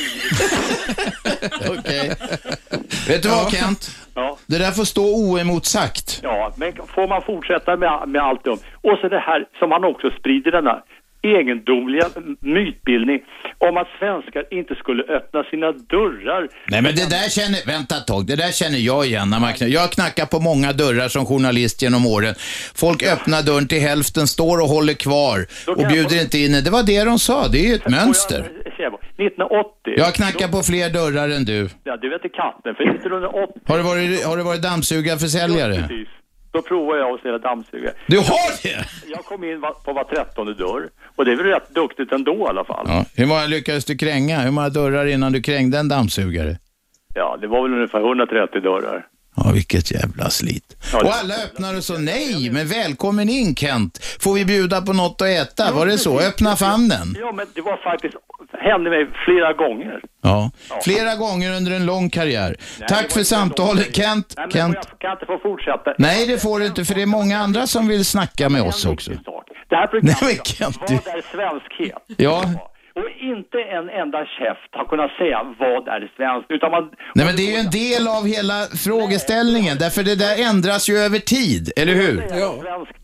livet. Okej. Vet du vad, Kent? Ja. Det där får stå oemotsagt. Ja, men får man fortsätta med allt det om. Och så det här som man också sprider, denna egendomliga mytbildning om att svenskar inte skulle öppna sina dörrar. Nej, men det där känner, vänta ett tag, det där känner jag igen när man jag knackar på många dörrar som journalist genom åren. Folk öppnar dörren till hälften, står och håller kvar och bjuder inte in. Det var det de sa, det är ju ett mönster. 1980. Jag knackar på fler dörrar än du. Ja, du vet katten, för 1980. Har du varit dammsugarförsäljare? Ja, precis. Då provar jag att ställa dammsugare. Du har det? Jag kom in på var 13:e dörr. Och det är väl rätt duktigt ändå i alla fall. Ja. Hur många lyckades du kränga? Hur många dörrar innan du krängde en dammsugare? Ja, det var väl ungefär 130 dörrar. Ja, vilket jävla slit. Ja, och alla öppnade och så, nej, men välkommen in, Kent. Får vi bjuda på något att äta? Var det så? Öppna famnen. Ja, men det var faktiskt, hände mig flera gånger. Ja, flera gånger under en lång karriär. Nej, tack för samtalet, Kent. Nej, Kent. Jag kan inte få fortsätta. Nej, det får du inte, för det är många andra som vill snacka med oss också. Det här programmet, vad är svenskhet? Ja. Och inte en enda käft har kunnat säga vad är svenskt. Utan nej, men det är ju en del av hela frågeställningen. Därför det där ändras ju över tid, eller hur? Ja.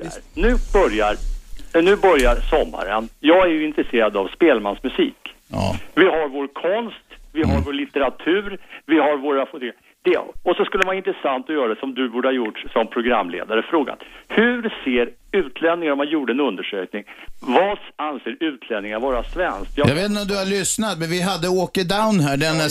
Nu börjar sommaren. Jag är ju intresserad av spelmansmusik. Ja. Vi har vår konst, vi har vår litteratur, vi har våra det. Och så skulle det vara intressant att göra som du borde ha gjort som programledare. Frågan, hur ser utlänningar, om man gjorde en undersökning, vad anser utlänningar vara svenskt? Jag vet inte om du har lyssnat, men vi hade Åke Down här, den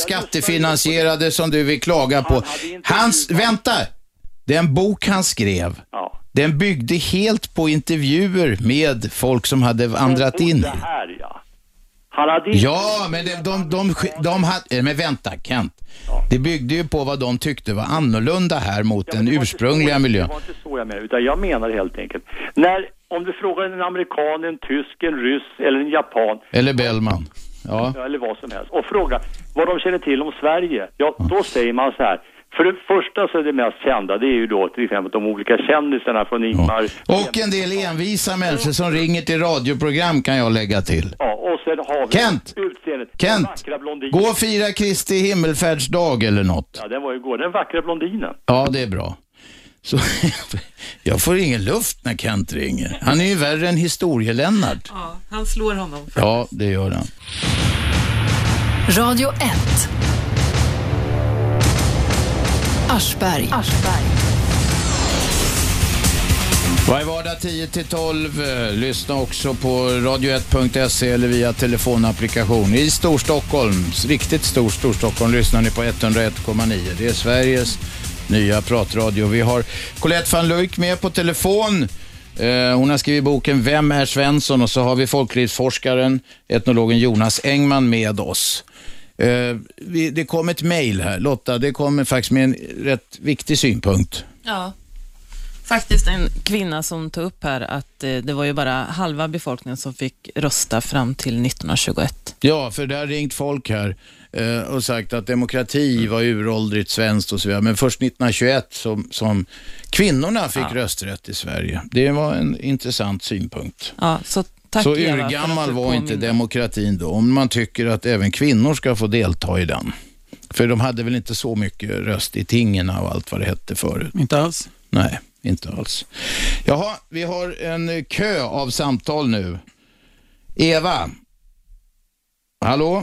skattefinansierade som du vill klaga på. Vänta! Det är en bok han skrev. Ja. Den byggde helt på intervjuer med folk som hade vandrat in. Här, ja. Han hade Ja, men de hade... Men vänta, Kent. Ja. Det byggde ju på vad de tyckte var annorlunda här mot den ursprungliga miljön. Det var inte så jag menar, utan jag menar helt enkelt. Om du frågar en amerikan, en tysk, en ryss eller en japan. Eller Bellman. Ja. Eller vad som helst. Och fråga vad de känner till om Sverige. Ja, då säger man så här. För det första så är det mest kända, det är ju då till exempel de olika kändisarna från Ingmar. Ja. Och en del envisa människor som ringer till radioprogram kan jag lägga till. Ja, och sen har vi Kent, gå och fira Kristi himmelfärdsdag eller något. Ja, den var ju igår, den vackra blondinen. Ja, det är bra. Så jag får ingen luft när Kent ringer. Han är ju värre än historielennard. Ja, han slår honom. Ja, det gör han. Radio 1. Aschberg. Varje vardag 10-12. Lyssna också på radio1.se eller via telefonapplikation. I Storstockholm, riktigt Storstockholm, lyssnar ni på 101,9. Det är Sveriges nya pratradio. Vi har Colette van Luyck med på telefon. Hon har skrivit boken Vem är Svensson? Och så har vi folklivsforskaren, etnologen Jonas Engman med oss. Det kom ett mejl här. Lotta, det kommer faktiskt med en rätt viktig synpunkt. Ja, faktiskt en kvinna som tog upp här att det var ju bara halva befolkningen som fick rösta fram till 1921. Ja, för det har ringt folk här och sagt att demokrati var uråldrigt svenskt och så vidare. Men först 1921 som kvinnorna fick rösträtt i Sverige. Det var en intressant synpunkt. Ja, så tack så urgammal var inte demokratin då, om man tycker att även kvinnor ska få delta i den. För de hade väl inte så mycket röst i tingerna och allt vad det hette förut. Inte alls? Nej, inte alls. Jaha, vi har en kö av samtal nu. Eva. Hallå?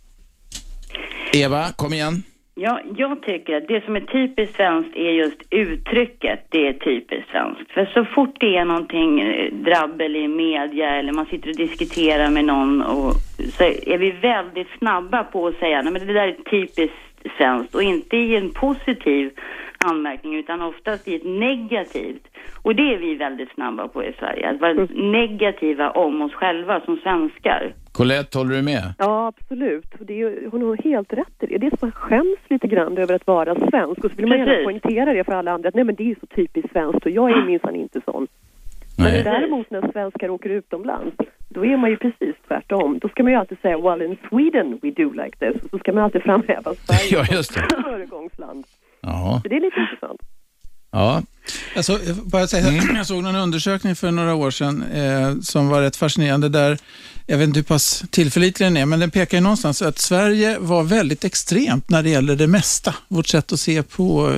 Eva, kom igen. Ja, jag tycker att det som är typiskt svenskt är just uttrycket, det är typiskt svenskt. För så fort det är någonting drabbel i media eller man sitter och diskuterar med någon och så är vi väldigt snabba på att säga nej men det där är typiskt svenskt och inte i en positiv anmärkning utan oftast i ett negativt. Och det är vi väldigt snabba på i Sverige, att vara negativa om oss själva som svenskar. Colette, håller du med? Ja, absolut. Hon har helt rätt i det. Det är som man skäms lite grann över att vara svensk. Och så vill man gärna poängtera det för alla andra. Att nej, men det är så typiskt svenskt och jag är minsann inte sån. Nej. Men däremot när svenskar åker utomlands, då är man ju precis tvärtom. Då ska man ju alltid säga, well in Sweden we do like this. Så ska man alltid framhäva Sverige som föregångsland. Ja. Så det är lite intressant. Ja. Alltså, bara säga, jag såg en undersökning för några år sedan som var rätt fascinerande där, jag vet inte hur pass tillförlitlig den är, men den pekar ju någonstans att Sverige var väldigt extremt när det gäller det mesta. Vårt sätt att se på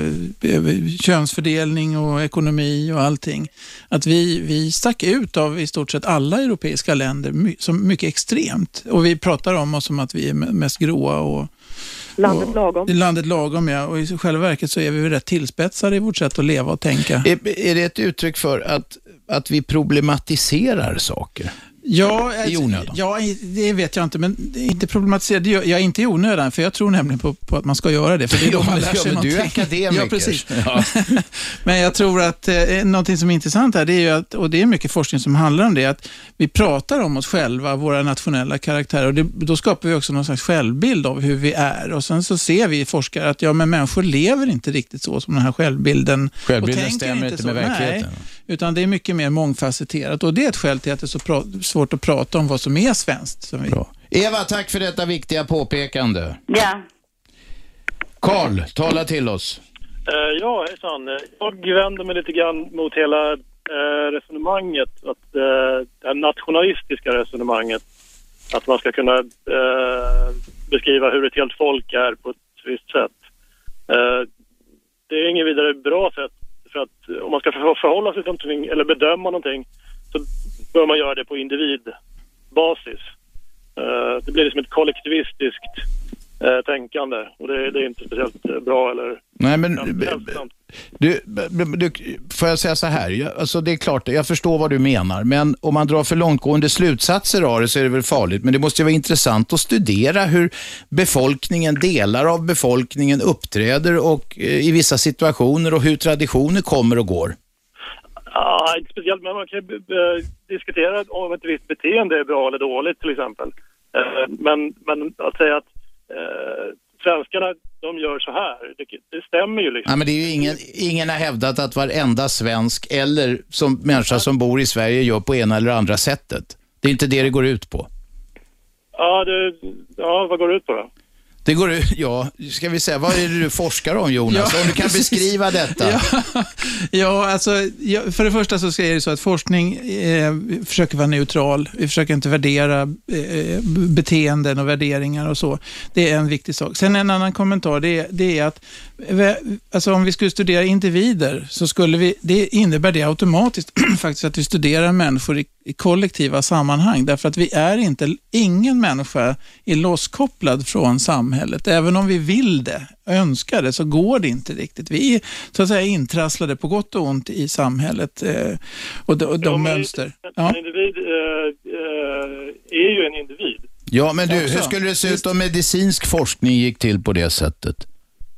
könsfördelning och ekonomi och allting. Att vi stack ut av i stort sett alla europeiska länder som mycket extremt. Och vi pratar om oss som att vi är mest gråa och landet lagom. Landet lagom, ja. Och i själva verket så är vi rätt tillspetsade i vårt sätt att leva och tänka. Är det ett uttryck för att vi problematiserar saker? Ja, i onödan? Ja, det vet jag inte, men inte problematiserad. Jag är inte i onödan, för jag tror nämligen på att man ska göra det. För det är då man lär sig någonting. Du är akademiker. Ja, precis. Ja. Men jag tror att någonting som är intressant här, det är ju att, och det är mycket forskning som handlar om det, att vi pratar om oss själva, våra nationella karaktärer, och då skapar vi också någon slags självbild av hur vi är. Och sen så ser vi forskare att men människor lever inte riktigt så som den här självbilden. Självbilden stämmer inte med verkligheten. Nej, utan det är mycket mer mångfacetterat, och det är ett skäl till att det är så svårt att prata om vad som är svenskt. Som vi... Bra. Eva, tack för detta viktiga påpekande. Ja. Karl, tala till oss. Ja, hejsan. Jag vänder mig lite grann mot hela resonemanget, det nationalistiska resonemanget. Att man ska kunna beskriva hur ett helt folk är på ett visst sätt. Det är ingen vidare bra sätt, för att om man ska förhålla sig till någonting eller bedöma någonting så bör man göra det på individbasis. Det blir liksom ett kollektivistiskt tänkande, och det är inte speciellt bra eller... Nej, men du, får jag säga så här, alltså det är klart, jag förstår vad du menar, men om man drar för långtgående slutsatser av det så är det väl farligt, men det måste ju vara intressant att studera hur delar av befolkningen uppträder och i vissa situationer och hur traditioner kommer och går. Ja, inte speciellt, men man kan diskutera om ett visst beteende är bra eller dåligt till exempel. Men att säga att svenskarna, de gör så här, det stämmer ju liksom. Ja, men det är ju ingen har hävdat att varenda svensk eller som människa som bor i Sverige gör på ena eller andra sättet. Det är inte det går ut på. Ja, vad går det ut på då? Det går ut, ska vi säga, vad är det du forskar om, Jonas? Om du kan beskriva detta. För det första så är det så att forskning försöker vara neutral. Vi försöker inte värdera beteenden och värderingar och så. Det är en viktig sak. Sen en annan kommentar, det är att alltså om vi skulle studera individer så det innebär det automatiskt faktiskt att vi studerar människor i kollektiva sammanhang, därför att ingen människa är losskopplad från samhället. Även om vi vill det, önskar det, så går det inte riktigt. Vi är så att säga intrasslade på gott och ont i samhället och de mönster. En individ är ju en individ. Ja, men du, hur skulle det se ut om medicinsk forskning gick till på det sättet?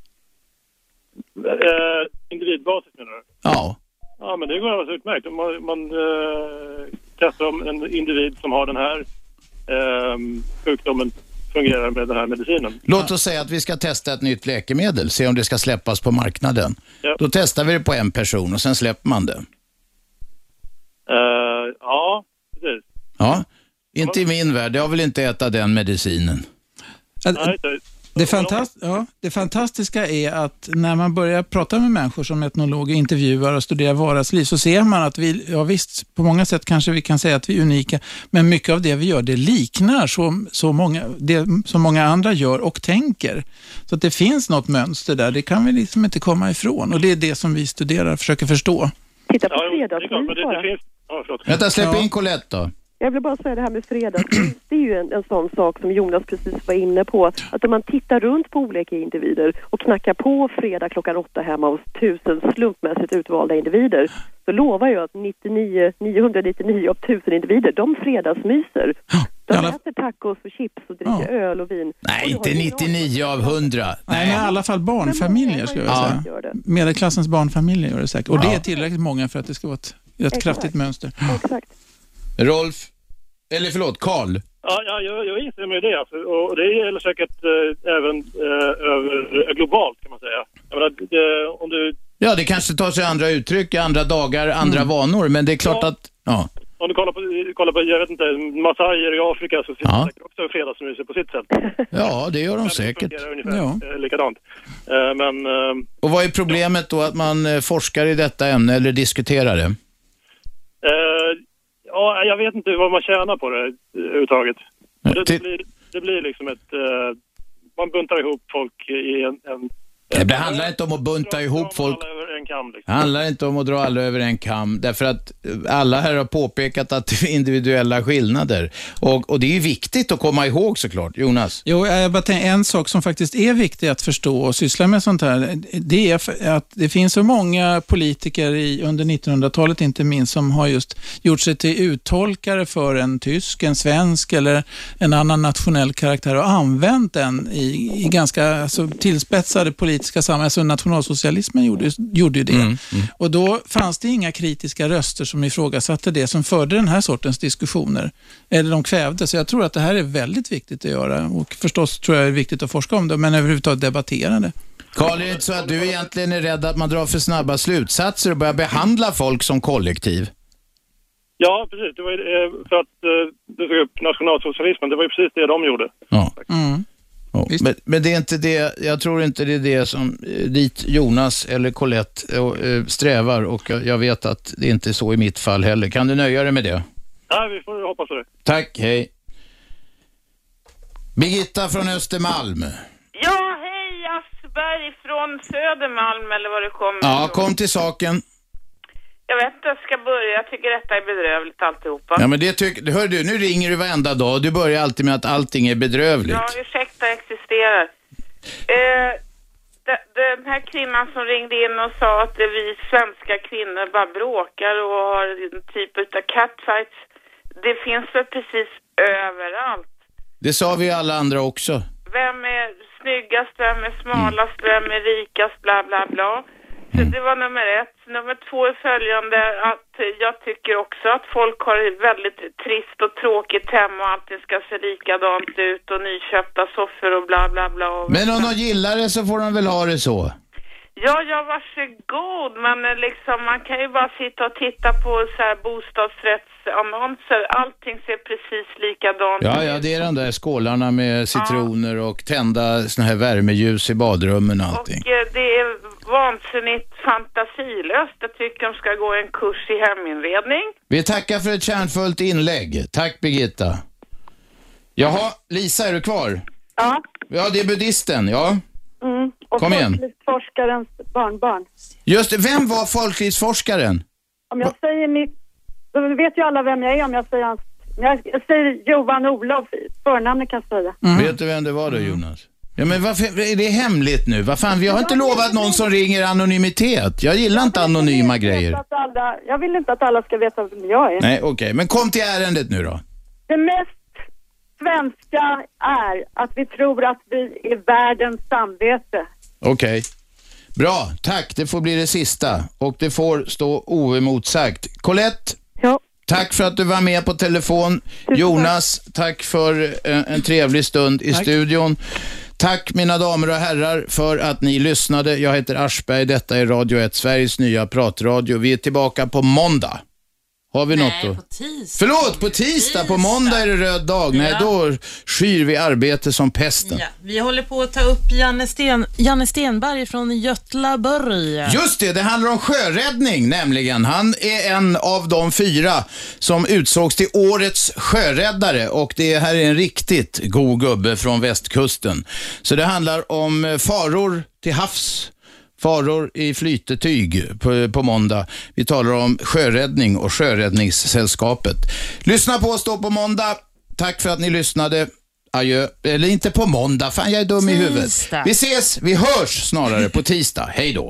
Individbasis menar du? Ja. Ja, men det går alldeles utmärkt. Man testar om en individ som har den här sjukdomen fungerar med den här medicinen. Låt oss säga att vi ska testa ett nytt läkemedel, se om det ska släppas på marknaden. Ja. Då testar vi det på en person och sen släpper man det. Ja, precis. Ja, inte i min värld. Jag vill inte äta den medicinen. Det fantastiska är att när man börjar prata med människor som etnologer, intervjuar och studerar vardagsliv, så ser man att visst, på många sätt kanske vi kan säga att vi är unika, men mycket av det vi gör, det liknar så många andra gör och tänker. Så att det finns något mönster där, det kan vi liksom inte komma ifrån, och det är det som vi studerar och försöker förstå. Titta på fredagsmys bara. Vänta, släpp in Colette då. Jag vill bara säga det här med fredagsmys. Det är ju en sån sak som Jonas precis var inne på. Att om man tittar runt på olika individer och knackar på fredag klockan 8 hemma hos 1000 slumpmässigt utvalda individer, så lovar jag att 999 av 1000 individer, de fredagsmyser. De äter tacos och chips och dricker öl och vin. Nej, inte 99 av 100. Nej, men i alla fall barnfamiljer skulle jag säga. Medelklassens barnfamiljer gör det säkert. Och det är tillräckligt många för att det ska vara ett kraftigt mönster. Exakt. Carl. Ja, jag inser med det. Alltså. Och det gäller säkert även globalt kan man säga. Jag menar, om du... Ja, det kanske tar sig andra uttryck, andra dagar, andra vanor. Men det är klart att... Ja. Om du kollar på jag vet inte, massajer i Afrika så finns det säkert också fredagsmyser på sitt sätt. Ja, det gör de säkert. Det ungefär likadant. Och vad är problemet då att man forskar i detta ämne eller diskuterar det? Ja, jag vet inte vad man tjänar på det överhuvudtaget. Det blir liksom man buntar ihop folk i en det handlar inte om att bunta ihop folk. Det handlar inte om att dra alla över en kam. Därför att alla här har påpekat att det är individuella skillnader. Och det är ju viktigt att komma ihåg såklart, Jonas. Jo, jag bara tänker, en sak som faktiskt är viktig att förstå och syssla med sånt här, det är att det finns så många politiker under 1900-talet inte minst som har just gjort sig till uttolkare för en tysk, en svensk eller en annan nationell karaktär och använt den i ganska tillspetsade politiska sammanhang. Alltså nationalsocialismen gjorde ju det. Och då fanns det inga kritiska röster som ifrågasatte det, som förde den här sortens diskussioner. Eller de kvävde. Så jag tror att det här är väldigt viktigt att göra. Och förstås tror jag det är viktigt att forska om det, men överhuvudtaget debattera det. Carl, är det så att du egentligen är rädd att man drar för snabba slutsatser och börjar behandla folk som kollektiv? Ja, precis. Det var för att du tog upp nationalsocialismen. Det var ju precis det de gjorde. Ja. Men det är inte det, jag tror inte det är det som dit Jonas eller Colette strävar, och jag vet att det inte är så i mitt fall heller. Kan du nöja dig med det? Ja, vi får hoppas det. Tack, hej. Birgitta från Östermalm. Ja, hej Aschberg från Södermalm eller vad det kommer. Ja, kom till saken. Jag vet inte, jag ska börja. Jag tycker detta är bedrövligt alltihopa. Ja, men hör du, nu ringer du varenda dag och du börjar alltid med att allting är bedrövligt. Ja, ursäkta, existerar. Den här kvinnan som ringde in och sa att vi svenska kvinnor bara bråkar och har en typ av catfights. Det finns väl precis överallt. Det sa vi alla andra också. Vem är snyggast, vem är smalast, vem är rikast, bla bla bla. Så det var nummer 1. Nummer 2 är följande, att jag tycker också att folk har det väldigt trist och tråkigt hemma och allting ska se likadant ut och nyköpta soffor och bla bla bla. Men om de gillar det så får de väl ha det så? Ja, varsågod. Men liksom, man kan ju bara sitta och titta på så här bostadsrättsannonser. Allting ser precis likadant ut. Ja, det är de där skålarna med citroner och tända såna här värmeljus i badrummen och allting. Och det är vansinnigt fantasilöst. Jag tycker de ska gå en kurs i heminredning. Vi tackar för ett kärnfullt inlägg. Tack, Birgitta. Jaha, Lisa, är du kvar? Ja. Ja, det är buddhisten, ja. Och kom igen. Folklivsforskarens barnbarn. Just det, vem var folklivsforskaren? Om jag säger mitt... Då vet ju alla vem jag är om jag säger hans... Jag säger Johan Olof, förnamnet kan jag säga. Vet du vem det var då, Jonas? Ja, men varför är det hemligt nu? Vad fan, vi har inte lovat någon som ringer anonymitet. Jag gillar inte anonyma grejer. Jag vill inte att alla ska veta vem jag är. Nej, okej. Men kom till ärendet nu då. Det mest svenska är att vi tror att vi är världens samvete. Okej. Bra, tack. Det får bli det sista. Och det får stå oemotsagt. Colette, ja. Tack för att du var med på telefon. Jonas, tack för en trevlig stund i studion. Tack mina damer och herrar för att ni lyssnade. Jag heter Aschberg, detta är Radio 1, Sveriges nya pratradio. Vi är tillbaka på måndag. Har vi något då? På tisdag. Förlåt, på tisdag. På måndag är det röd dag. Nej, då skyr vi arbete som pesten. Ja, vi håller på att ta upp Janne Stenberg från Götlaborg. Just det handlar om sjöräddning nämligen. Han är en av de 4 som utsågs till årets sjöräddare och det här är en riktigt god gubbe från västkusten. Så det handlar om faror till havs. Faror i flytetyg på måndag. Vi talar om sjöräddning och Sjöräddningssällskapet. Lyssna på oss då på måndag. Tack för att ni lyssnade. Adjö. Eller inte på måndag. Fan, jag är dum i huvudet. Vi ses, vi hörs snarare på tisdag. Hej då.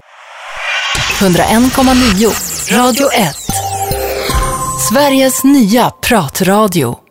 101,9 Radio 1. Sveriges nya pratradio.